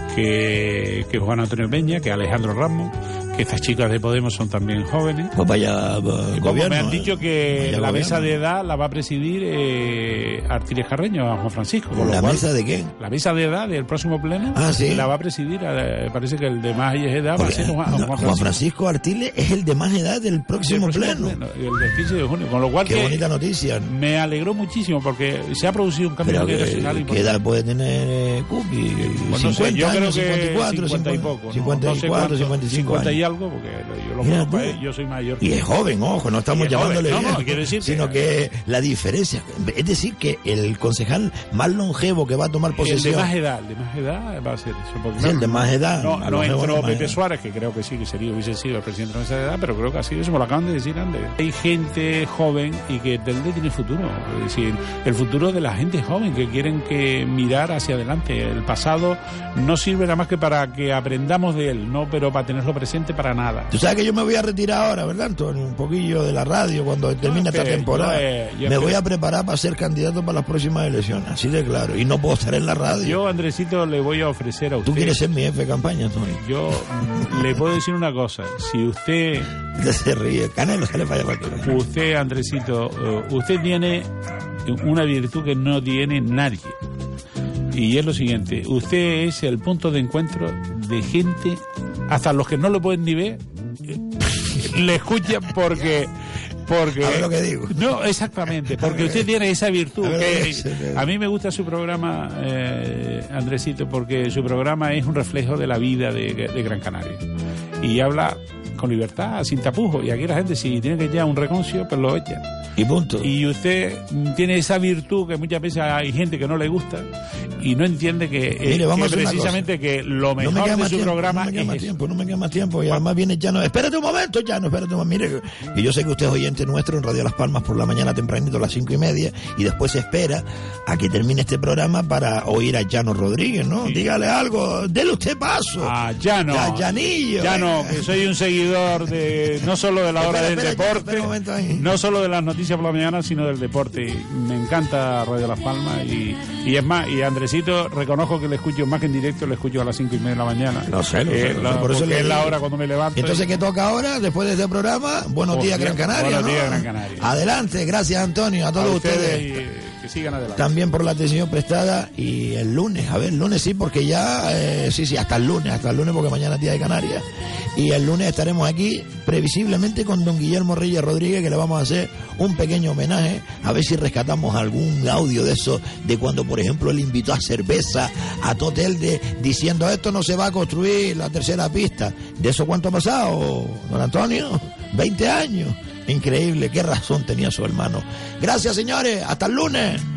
Speaker 8: que, que Juan Antonio Peña, que Alejandro Ramos, que estas chicas de Podemos son también jóvenes.
Speaker 5: Pues vaya, pues, gobierno,
Speaker 8: me han dicho que
Speaker 5: vaya
Speaker 8: la
Speaker 5: gobierno.
Speaker 8: Mesa de edad la va a presidir eh, Artiles Carreño, a Juan Francisco.
Speaker 5: ¿La cual, mesa de qué?
Speaker 8: La mesa de edad del próximo pleno.
Speaker 5: Ah, sí.
Speaker 8: La va a presidir, eh, parece que el de más edad
Speaker 5: Porque,
Speaker 8: va a ser Juan,
Speaker 5: no,
Speaker 8: Juan Francisco.
Speaker 5: Juan Francisco Artiles es el de más edad del próximo,
Speaker 8: el próximo
Speaker 5: pleno.
Speaker 8: pleno. El del quince de junio. Con lo cual
Speaker 5: qué
Speaker 8: que
Speaker 5: bonita noticia.
Speaker 8: Me alegró muchísimo porque se ha producido un cambio generacional.
Speaker 5: ¿Qué edad puede tener eh, Cookie?
Speaker 8: Pues no sé, yo
Speaker 5: años,
Speaker 8: creo que
Speaker 5: cincuenta y cuatro,
Speaker 8: cincuenta y poco.
Speaker 5: cincuenta y cuatro,
Speaker 8: no sé
Speaker 5: cincuenta y cinco
Speaker 8: cincuenta
Speaker 5: años.
Speaker 8: y algo, porque yo lo conozco a él, yo soy mayor.
Speaker 5: Y es joven, ojo, no estamos llamándole
Speaker 8: joven. No,
Speaker 5: viejo,
Speaker 8: no, quiero decir
Speaker 5: sino que... que la diferencia, es decir, que el concejal más longevo que va a tomar posesión...
Speaker 8: El de más edad, el de más edad va a ser eso. Porque,
Speaker 5: sí, el de más edad.
Speaker 8: No, no entró Pepe Suárez, que creo que sí, que sería, hubiese sido el presidente de la mesa de edad, pero creo que ha sido eso, me lo acaban de decir antes. Hay gente joven y que Telde tiene futuro, es decir, el futuro de la gente joven que quieren que mirar hacia adelante. El pasado no sirve nada más que para que aprendamos de él, no, pero para tenerlo presente para nada.
Speaker 5: Tú sabes que yo me voy a retirar ahora, ¿verdad, Antonio? Un poquillo de la radio cuando termine esta temporada.
Speaker 8: Eh,
Speaker 5: me voy a preparar para ser candidato para las próximas elecciones, así de claro. Y no puedo estar en la radio.
Speaker 8: Yo, Andresito, le voy a ofrecer a usted...
Speaker 5: ¿Tú quieres ser mi jefe de campaña, Antonio?
Speaker 8: Yo le puedo decir una cosa. Si usted...
Speaker 5: Usted se ríe. Canelo se le falla cualquiera.
Speaker 8: Usted, Andresito, uh, usted tiene una virtud que no tiene nadie. Y es lo siguiente. Usted es el punto de encuentro de gente, hasta los que no lo pueden ni ver, le escuchan porque... Porque,
Speaker 5: a ver lo que digo.
Speaker 8: No, exactamente, porque usted tiene esa virtud. A, que, a mí me gusta su programa, eh, Andresito, porque su programa es un reflejo de la vida de, de Gran Canaria. Y habla con libertad, sin tapujos. Y aquí la gente, si tiene que echar un reconcio, pues lo echa.
Speaker 5: Y punto.
Speaker 8: Y usted tiene esa virtud que muchas veces hay gente que no le gusta y no entiende que,
Speaker 5: Mire,
Speaker 8: eh,
Speaker 5: vamos
Speaker 8: que precisamente que lo mejor
Speaker 5: no
Speaker 8: de su
Speaker 5: tiempo,
Speaker 8: programa
Speaker 5: no me queda más
Speaker 8: es
Speaker 5: tiempo, no me queda más tiempo. Y además viene Llano. Espérate un momento, Llano, espérate un momento. Mire, y yo sé que usted es oyente nuestro en Radio Las Palmas por la mañana tempranito a las cinco y media y después se espera a que termine este programa para oír a Llano Rodríguez, ¿no? Sí. Dígale algo, dele usted paso.
Speaker 8: A Llano.
Speaker 5: A Llanillo.
Speaker 8: Llano, que soy un seguidor de no solo de la hora
Speaker 5: espera,
Speaker 8: del
Speaker 5: espera,
Speaker 8: deporte,
Speaker 5: espera, espera un
Speaker 8: no solo de las noticias por la mañana, sino del deporte. Me encanta Radio Las Palmas y, y es más, y Andresito, reconozco que le escucho más que en directo, le escucho a las cinco y media de la mañana.
Speaker 5: No sé, no sé,
Speaker 8: eh,
Speaker 5: no
Speaker 8: la,
Speaker 5: sé por eso le
Speaker 8: es
Speaker 5: digo.
Speaker 8: la hora cuando me levanto.
Speaker 5: Entonces,
Speaker 8: y...
Speaker 5: ¿qué toca ahora, después de este programa? Buenos
Speaker 8: oh,
Speaker 5: días, Gran Canaria.
Speaker 8: Buenos
Speaker 5: ¿no?
Speaker 8: días, Gran Canaria.
Speaker 5: Adelante, gracias, Antonio, a todos
Speaker 8: a
Speaker 5: ustedes.
Speaker 8: ustedes. Y, eh, que sigan adelante.
Speaker 5: También por la atención prestada y el lunes, a ver, el lunes sí, porque ya, eh, sí, sí, hasta el lunes, hasta el lunes, porque mañana es día de Canarias. Y el lunes estaremos aquí, previsiblemente con don Guillermo Reyes Rodríguez, que le vamos a hacer un pequeño homenaje, a ver si rescatamos algún audio de eso, de cuando, por ejemplo, él invitó a cerveza a Totelde, diciendo, esto no se va a construir la tercera pista. ¿De eso cuánto ha pasado, don Antonio? veinte años. Increíble, qué razón tenía su hermano. Gracias, señores, hasta el lunes.